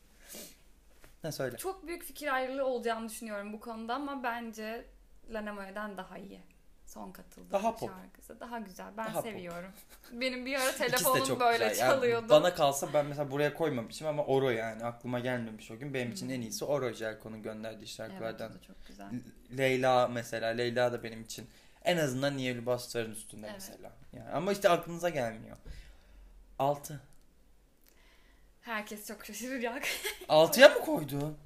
Speaker 1: Ne söyle.
Speaker 2: Çok büyük fikir ayrılığı olacağını düşünüyorum bu konuda ama bence Lanemo'dan daha iyi. Son katıldığım
Speaker 1: Daha pop.
Speaker 2: şarkısı. Daha güzel. Ben
Speaker 1: Daha pop.
Speaker 2: seviyorum. Benim bir ara
Speaker 1: İkisi de
Speaker 2: telefonum
Speaker 1: çok
Speaker 2: böyle
Speaker 1: güzel. Yani
Speaker 2: çalıyordu.
Speaker 1: bana kalsa ben mesela buraya koymamışım ama Oro, yani aklıma gelmemiş o gün. Benim için en iyisi Oro, Jelko'nun gönderdiği
Speaker 2: Evet,
Speaker 1: şarkılardan.
Speaker 2: o da çok güzel.
Speaker 1: Leyla mesela. Leyla da benim için en azından Niyeli Bastılar'ın üstünde
Speaker 2: Evet.
Speaker 1: mesela. Yani ama işte aklınıza gelmiyor. 6.
Speaker 2: Herkes çok şaşıracak.
Speaker 1: 6'ya mı koydun?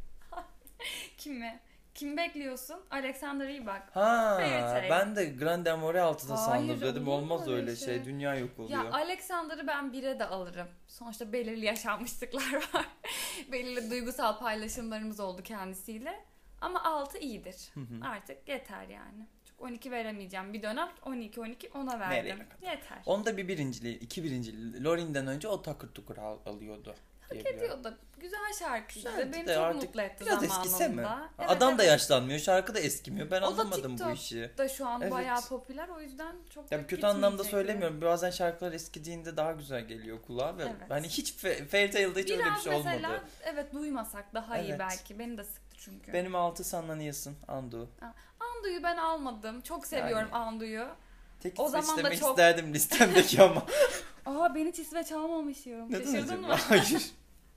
Speaker 2: Kimi? Kim bekliyorsun? Alexander Rybak.
Speaker 1: Ha,
Speaker 2: Evet.
Speaker 1: ben de Grande Amore 6'da
Speaker 2: Hayır,
Speaker 1: sandım. Dedim
Speaker 2: olur mu
Speaker 1: olmaz
Speaker 2: öyle
Speaker 1: öyle
Speaker 2: şey?
Speaker 1: şey. Dünya yok oluyor.
Speaker 2: Ya Alexander'ı ben 1'e de alırım. Sonuçta belirli yaşanmışlıklar var. Belirli duygusal paylaşımlarımız oldu kendisiyle. Ama 6 iyidir. Artık yeter yani. Çok 12 veremeyeceğim. Bir dönem 12 ona verdim.
Speaker 1: Nereye kadar?
Speaker 2: Yeter.
Speaker 1: Onda bir birinciliği, 2 birinciliği. Lorin'den önce o takır tukur alıyordu.
Speaker 2: Hak ediyor da güzel şarkıydı.
Speaker 1: Güzeldi
Speaker 2: Beni
Speaker 1: de
Speaker 2: çok
Speaker 1: artık
Speaker 2: mutlu etti
Speaker 1: biraz
Speaker 2: zamanında.
Speaker 1: eskise mi?
Speaker 2: Evet,
Speaker 1: Adam da
Speaker 2: evet.
Speaker 1: yaşlanmıyor, şarkı da eskimiyor. Ben
Speaker 2: O da
Speaker 1: anlamadım bu
Speaker 2: TikTok
Speaker 1: işi.
Speaker 2: da şu an
Speaker 1: Evet.
Speaker 2: bayağı popüler, o yüzden çok
Speaker 1: Ya
Speaker 2: da
Speaker 1: kötü anlamda
Speaker 2: gitmeyecek
Speaker 1: söylemiyorum. Bazen şarkılar eskidiğinde daha güzel geliyor kulağa ve
Speaker 2: Evet.
Speaker 1: hani hiç Fairy Tail'da hiç öyle bir
Speaker 2: Biraz
Speaker 1: şey
Speaker 2: mesela
Speaker 1: olmadı.
Speaker 2: evet duymasak daha iyi
Speaker 1: Evet.
Speaker 2: belki. Beni de sıktı çünkü.
Speaker 1: Benim 6 Sanlaniyasın Andu.
Speaker 2: Andu'yu ben almadım. Çok seviyorum Andu'yu.
Speaker 1: Tek
Speaker 2: O
Speaker 1: İsveç
Speaker 2: zaman da
Speaker 1: demek
Speaker 2: çok-
Speaker 1: isterdim listemdeki ama.
Speaker 2: Aa, ben hiç İsveç almamışım.
Speaker 1: Neden
Speaker 2: Şaşırdın
Speaker 1: acaba?
Speaker 2: mı?
Speaker 1: Hayır.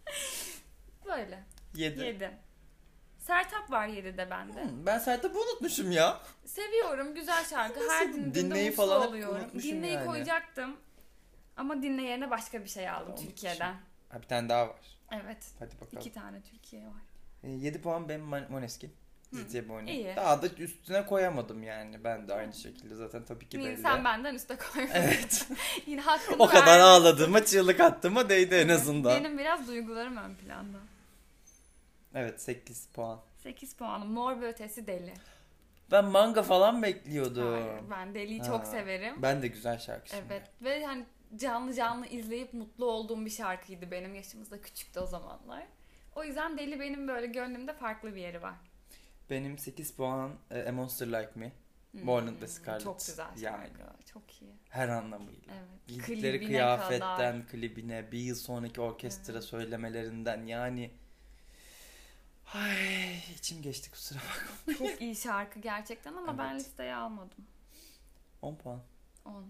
Speaker 2: Böyle.
Speaker 1: 7.
Speaker 2: 7. Sertab var 7'de bende.
Speaker 1: Ben Sertab'ı unutmuşum ya.
Speaker 2: Seviyorum. Güzel şarkı.
Speaker 1: Nasıl?
Speaker 2: Her dinlediğimde
Speaker 1: Dinleyi
Speaker 2: mutlu
Speaker 1: falan hep
Speaker 2: oluyorum.
Speaker 1: unutmuşum
Speaker 2: Dinleyi
Speaker 1: yani.
Speaker 2: koyacaktım. Ama dinle yerine başka bir şey aldım
Speaker 1: Unutmuşum.
Speaker 2: Türkiye'den.
Speaker 1: Ha, bir tane daha var.
Speaker 2: Evet.
Speaker 1: Hadi bakalım.
Speaker 2: 2 tane Türkiye var.
Speaker 1: 7 puan benim Måneskin. Zitiye Boynu.
Speaker 2: iyi.
Speaker 1: Daha da üstüne koyamadım yani. Ben de aynı şekilde zaten tabii ki belli.
Speaker 2: Sen benden üste koymuşsun.
Speaker 1: Evet.
Speaker 2: Yine hakkını
Speaker 1: O kadar
Speaker 2: verdim.
Speaker 1: ağladığıma, çığlık attığıma değdi en azından.
Speaker 2: Benim biraz duygularım ön planda.
Speaker 1: Evet, 8 puan.
Speaker 2: 8 puanım. Mor ve Ötesi Deli.
Speaker 1: Ben manga falan bekliyordum.
Speaker 2: Hayır, ben Deli'yi çok
Speaker 1: Ha.
Speaker 2: severim.
Speaker 1: Ben de güzel şarkı şimdi.
Speaker 2: Evet ve hani canlı canlı izleyip mutlu olduğum bir şarkıydı, benim yaşımızda küçüktü o zamanlar. O yüzden Deli benim böyle gönlümde farklı bir yeri var.
Speaker 1: Benim 8 puan A Monster Like Me. Borland ve Scarlett.
Speaker 2: Çok güzel şarkı.
Speaker 1: Yani
Speaker 2: Çok iyi.
Speaker 1: her anlamıyla.
Speaker 2: Evet.
Speaker 1: Giydikleri
Speaker 2: Klibine
Speaker 1: kıyafetten,
Speaker 2: kadar.
Speaker 1: klibine, bir yıl sonraki orkestra
Speaker 2: Evet.
Speaker 1: söylemelerinden yani... Ay, içim geçti, kusura bakma.
Speaker 2: Çok iyi şarkı gerçekten ama ben
Speaker 1: Evet.
Speaker 2: listeye almadım.
Speaker 1: 10 puan.
Speaker 2: 10.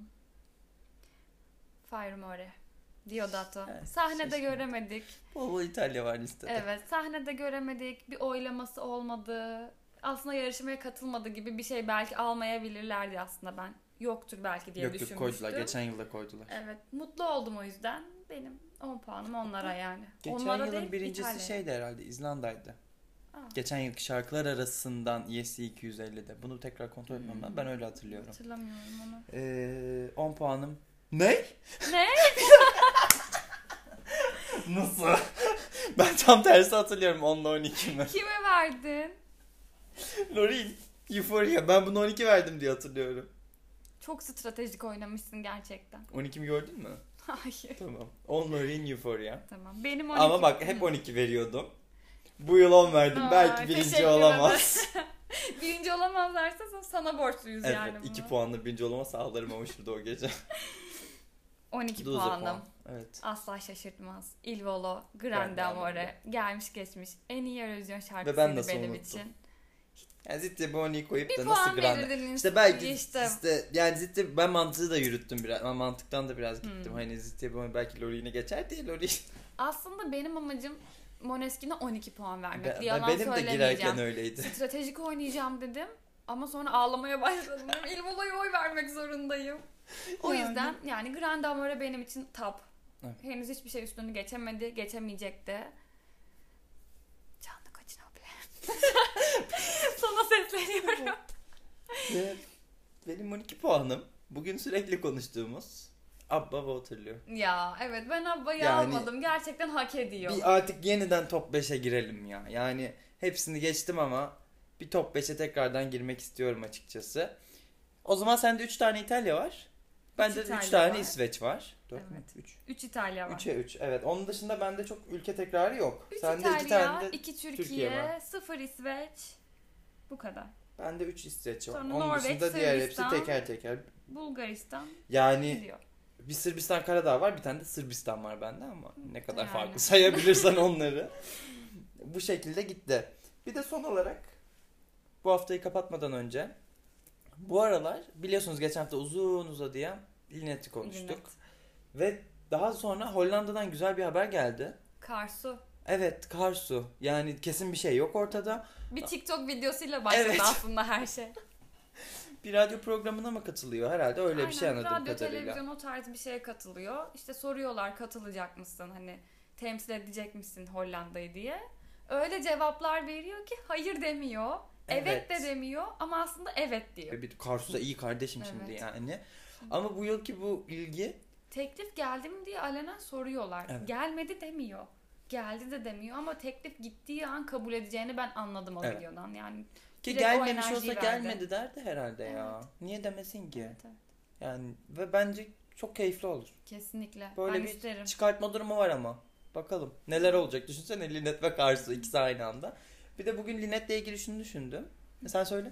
Speaker 2: Fire More. Diodato.
Speaker 1: Evet,
Speaker 2: Sahnede
Speaker 1: şaşırdım.
Speaker 2: göremedik.
Speaker 1: Bol İtalya var listede.
Speaker 2: Evet, sahnede göremedik. Bir oylaması olmadı. Aslında yarışmaya katılmadı gibi bir şey, belki almayabilirlerdi aslında ben. Yoktur belki diye
Speaker 1: Yok yok,
Speaker 2: düşünmüştüm.
Speaker 1: koydular. Geçen yılda koydular.
Speaker 2: Evet, mutlu oldum o yüzden. Benim 10 puanım onlara yani.
Speaker 1: Geçen
Speaker 2: Onlara
Speaker 1: yılın
Speaker 2: değil,
Speaker 1: birincisi
Speaker 2: İtalya'ya.
Speaker 1: şeydi herhalde, İzlanda'ydı.
Speaker 2: Aa.
Speaker 1: Geçen yılki şarkılar arasından ESC 250'de. Bunu tekrar kontrol etmem lazım. Ben öyle hatırlıyorum.
Speaker 2: Hatırlamıyorum onu.
Speaker 1: 10 puanım. Ne?
Speaker 2: Ne?
Speaker 1: Nasıl? Ben tam tersi hatırlıyorum, 10 ile 12 mi?
Speaker 2: Kime verdin?
Speaker 1: Lorin, Euphoria. Ben bunu 12 verdim diye hatırlıyorum.
Speaker 2: Çok stratejik oynamışsın gerçekten.
Speaker 1: 12 mi gördün mü?
Speaker 2: Hayır.
Speaker 1: Tamam. 10 Lorin, Euphoria.
Speaker 2: Tamam. Benim 12.
Speaker 1: Ama bak hep 12 veriyordum. Bu yıl 10 verdim.
Speaker 2: Aa,
Speaker 1: Belki birinci
Speaker 2: teşekkür
Speaker 1: olamaz.
Speaker 2: Birinci olamazlarsa sana borçluyuz
Speaker 1: Evet,
Speaker 2: yani.
Speaker 1: 2
Speaker 2: bunu.
Speaker 1: puanla birinci olamaz, ağlarım ama şurada o gece.
Speaker 2: 12
Speaker 1: Duze
Speaker 2: puanım.
Speaker 1: puan. Evet.
Speaker 2: Asla şaşırtmaz. Il Volo, Grande
Speaker 1: Grande
Speaker 2: Amore.
Speaker 1: Amore.
Speaker 2: Gelmiş geçmiş. En iyi Eurovision
Speaker 1: Ve ben
Speaker 2: şarkısıydı
Speaker 1: nasıl
Speaker 2: benim
Speaker 1: unuttum?
Speaker 2: için.
Speaker 1: Yani Zitte Boni'yi koyup
Speaker 2: Bir
Speaker 1: da
Speaker 2: puan
Speaker 1: nasıl Grande?
Speaker 2: verirdin
Speaker 1: İşte belki
Speaker 2: işte.
Speaker 1: yani Zitte, ben mantığı da yürüttüm biraz. Ama mantıktan da biraz gittim.
Speaker 2: Hmm.
Speaker 1: Hani Zitte Boni belki Lorin'e geçer diye Lorin.
Speaker 2: Aslında benim amacım Måneskin'e 12 puan vermek. Yalan
Speaker 1: Benim de
Speaker 2: söylemeyeceğim.
Speaker 1: girerken öyleydi.
Speaker 2: Stratejik oynayacağım dedim. Ama sonra ağlamaya başladım. Il Volo'ya oy vermek zorundayım. O
Speaker 1: Yani.
Speaker 2: yüzden yani Grande Amore benim için top.
Speaker 1: Evet.
Speaker 2: Henüz hiçbir şey üstünü geçemedi. Geçemeyecek de. Canlı Koçinople. Sana sesleniyorum.
Speaker 1: Ve benim 12 puanım. Bugün sürekli konuştuğumuz Abba Waterloo.
Speaker 2: Ya evet, ben Abba'yı
Speaker 1: Yani-
Speaker 2: almadım. Gerçekten hak ediyor.
Speaker 1: Bir artık yeniden top 5'e girelim ya. Yani hepsini geçtim ama bir top 5'e tekrardan girmek istiyorum açıkçası. O zaman sende 3 tane İtalya var. Bende de 3
Speaker 2: İtalya
Speaker 1: tane
Speaker 2: var.
Speaker 1: İsveç var. 4 mü?
Speaker 2: Evet.
Speaker 1: 3.
Speaker 2: 3 İtalya var.
Speaker 1: 3'e 3. Evet. Onun dışında bende çok ülke tekrarı yok.
Speaker 2: 3
Speaker 1: Sende 2
Speaker 2: İtalya,
Speaker 1: tane de
Speaker 2: 2
Speaker 1: Türkiye
Speaker 2: Türkiye,
Speaker 1: var.
Speaker 2: 0 İsveç. Bu kadar.
Speaker 1: Ben de 3 İsveç var.
Speaker 2: Sonra
Speaker 1: Onun
Speaker 2: Norveç,
Speaker 1: dışında diğer hepsi
Speaker 2: Sırbistan.
Speaker 1: teker teker.
Speaker 2: Bulgaristan
Speaker 1: Yani
Speaker 2: gidiyor.
Speaker 1: bir Sırbistan Karadağ var, bir tane de Sırbistan var bende ama ne kadar
Speaker 2: Yani.
Speaker 1: farklı sayabilirsen onları. Bu şekilde gitti. Bir de son olarak bu haftayı kapatmadan önce bu aralar biliyorsunuz geçen hafta uzun uzadıya Linet'i konuştuk.
Speaker 2: Linet.
Speaker 1: Ve daha sonra Hollanda'dan güzel bir haber geldi.
Speaker 2: Karsu.
Speaker 1: Evet, Karsu. Yani kesin bir şey yok ortada.
Speaker 2: Bir TikTok videosuyla başladı
Speaker 1: Evet.
Speaker 2: aslında her şey.
Speaker 1: Bir radyo programına mı katılıyor? Herhalde öyle bir
Speaker 2: Aynen,
Speaker 1: şey anladığım
Speaker 2: radyo,
Speaker 1: kadarıyla.
Speaker 2: televizyon o tarz bir şeye katılıyor. İşte soruyorlar katılacak mısın? Hani temsil edecek misin Hollanda'yı diye. Öyle cevaplar veriyor ki hayır demiyor. Evet,
Speaker 1: Evet.
Speaker 2: de demiyor ama aslında evet diyor.
Speaker 1: Bir Karsu da iyi kardeşim
Speaker 2: Evet.
Speaker 1: şimdi yani. Ama bu yılki bu ilgi
Speaker 2: Teklif geldi mi diye alenen soruyorlar.
Speaker 1: Evet.
Speaker 2: Gelmedi demiyor. Geldi de demiyor ama teklif gittiği an kabul edeceğini ben anladım o
Speaker 1: Evet.
Speaker 2: videodan. Yani
Speaker 1: ki
Speaker 2: direkt o
Speaker 1: gelmemiş
Speaker 2: enerjiyi
Speaker 1: olsa
Speaker 2: verdi.
Speaker 1: gelmedi derdi herhalde ya.
Speaker 2: Evet.
Speaker 1: Niye demesin ki?
Speaker 2: Evet, evet.
Speaker 1: Yani ve bence çok keyifli olur.
Speaker 2: Kesinlikle.
Speaker 1: Böyle
Speaker 2: ben
Speaker 1: bir
Speaker 2: isterim.
Speaker 1: çıkartma durumu var ama. Bakalım neler olacak. Düşünsene Linet ve Karsu ikisi aynı anda. Bir de bugün Linet'le ilgili şunu düşündüm. Sen söyle.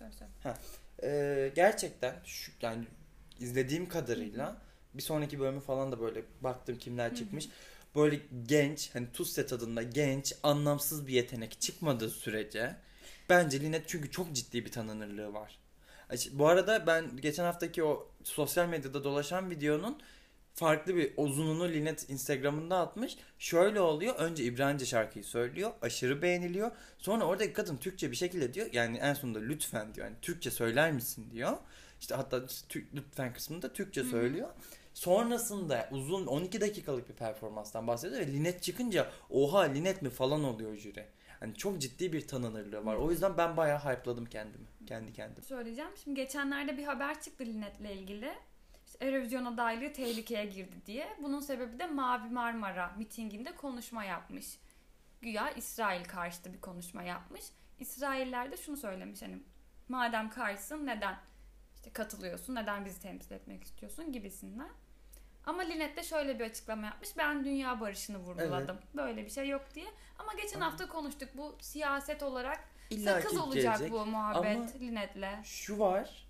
Speaker 1: Gerçekten şu yani izlediğim kadarıyla bir sonraki bölümü falan da böyle baktım kimler çıkmış. Böyle genç hani Tusse tadında genç anlamsız bir yetenek çıkmadığı sürece bence Linet çünkü çok ciddi bir tanınırlığı var. Bu arada ben geçen haftaki o sosyal medyada dolaşan videonun farklı bir uzununu Linet Instagram'ında atmış. Şöyle oluyor. Önce İbranice şarkıyı söylüyor. Aşırı beğeniliyor. Sonra oradaki kadın Türkçe bir şekilde diyor. Yani en sonunda lütfen diyor. Yani Türkçe söyler misin diyor. İşte hatta lütfen kısmında Türkçe söylüyor. Sonrasında uzun 12 dakikalık bir performanstan bahsediyor ve Linet çıkınca oha Linet mi falan oluyor jüri. Yani çok ciddi bir tanınırlığı var. O yüzden ben bayağı hype'ladım kendimi. Kendi kendime.
Speaker 2: Söyleyeceğim. Şimdi geçenlerde bir haber çıktı Linet'le ilgili. İşte Eurovision adaylığı tehlikeye girdi diye. Bunun sebebi de Mavi Marmara mitinginde konuşma yapmış. Güya İsrail karşıtı bir konuşma yapmış. İsrailler de şunu söylemiş hani madem karşısın neden işte katılıyorsun, neden bizi temsil etmek istiyorsun gibisinden. Ama Linet de şöyle bir açıklama yapmış. Ben dünya barışını vurguladım. Böyle bir şey yok diye. Ama geçen hafta konuştuk. Bu siyaset olarak
Speaker 1: İlla
Speaker 2: sakız
Speaker 1: ki
Speaker 2: olacak
Speaker 1: gelecek.
Speaker 2: bu muhabbet
Speaker 1: Ama
Speaker 2: Linet'le.
Speaker 1: şu var.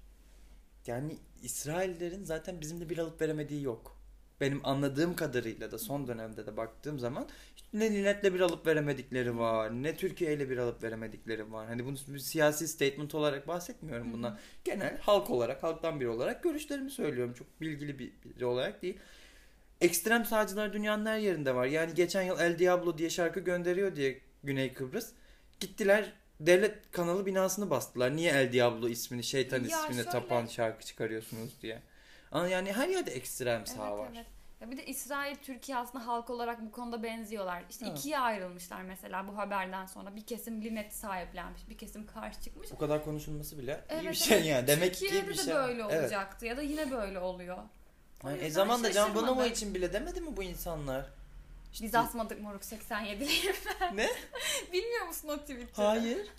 Speaker 1: Yani İsraillerin zaten bizimle bir alıp veremediği yok. Benim anladığım kadarıyla da son dönemde de baktığım zaman ne Linet'le bir alıp veremedikleri var, ne Türkiye'yle bir alıp veremedikleri var. Hani bunu bir siyasi statement olarak bahsetmiyorum bundan. Genel halk olarak, halktan biri olarak görüşlerimi söylüyorum. Çok bilgili biri olarak değil. Ekstrem sağcılar dünyanın her yerinde var. Yani geçen yıl El Diablo diye şarkı gönderiyor diye Güney Kıbrıs. Gittiler devlet kanalı binasını bastılar. Niye El Diablo ismini, şeytan
Speaker 2: Ya
Speaker 1: ismine
Speaker 2: şöyle-
Speaker 1: tapan şarkı çıkarıyorsunuz diye. Ama yani her yerde ekstrem sağ var.
Speaker 2: Evet. Ya bir de İsrail, Türkiye aslında halk olarak bu konuda benziyorlar. İşte
Speaker 1: Evet.
Speaker 2: ikiye ayrılmışlar mesela bu haberden sonra. Bir kesim Linet'i sahiplenmiş, bir kesim karşı çıkmış.
Speaker 1: Bu kadar konuşulması bile iyi bir
Speaker 2: Evet,
Speaker 1: şey
Speaker 2: evet.
Speaker 1: yani. Demek ki
Speaker 2: Türkiye'de
Speaker 1: bir
Speaker 2: de
Speaker 1: şey.
Speaker 2: böyle
Speaker 1: Evet.
Speaker 2: olacaktı ya da yine böyle oluyor. O
Speaker 1: Yani,
Speaker 2: yüzden
Speaker 1: zamanda Can
Speaker 2: şaşırmadım.
Speaker 1: Bonomo için bile demedi mi bu insanlar?
Speaker 2: Biz asmadık moruk 87'liyim ben.
Speaker 1: Ne?
Speaker 2: Bilmiyor musun o tweet'i?
Speaker 1: Hayır.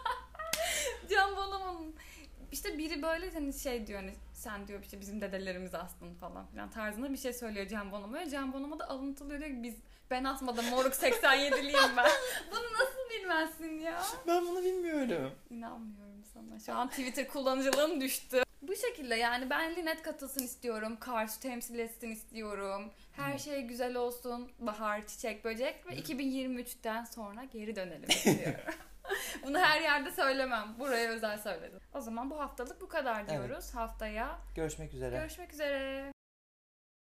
Speaker 2: Can Bonomo'nun işte biri böyle hani şey diyor hani sen diyor işte bizim dedelerimiz astın falan filan tarzında bir şey söylüyor Can Bonomo'ya. Can Bonomo da alıntılıyor diyor ki ben asmadım moruk 87'liyim ben. Bunu nasıl bilmezsin ya?
Speaker 1: Ben bunu bilmiyorum.
Speaker 2: İnanmıyorum sana. Şu an Twitter kullanıcılığım düştü. Bu şekilde yani ben Linet katılsın istiyorum. Karşı temsil etsin istiyorum. Her şey güzel olsun. Bahar, çiçek, böcek ve 2023'ten sonra geri dönelim istiyorum. Bunu her yerde söylemem. Buraya özel söyledim. O zaman bu haftalık bu kadar diyoruz. Haftaya
Speaker 1: Görüşmek üzere.
Speaker 2: görüşmek üzere.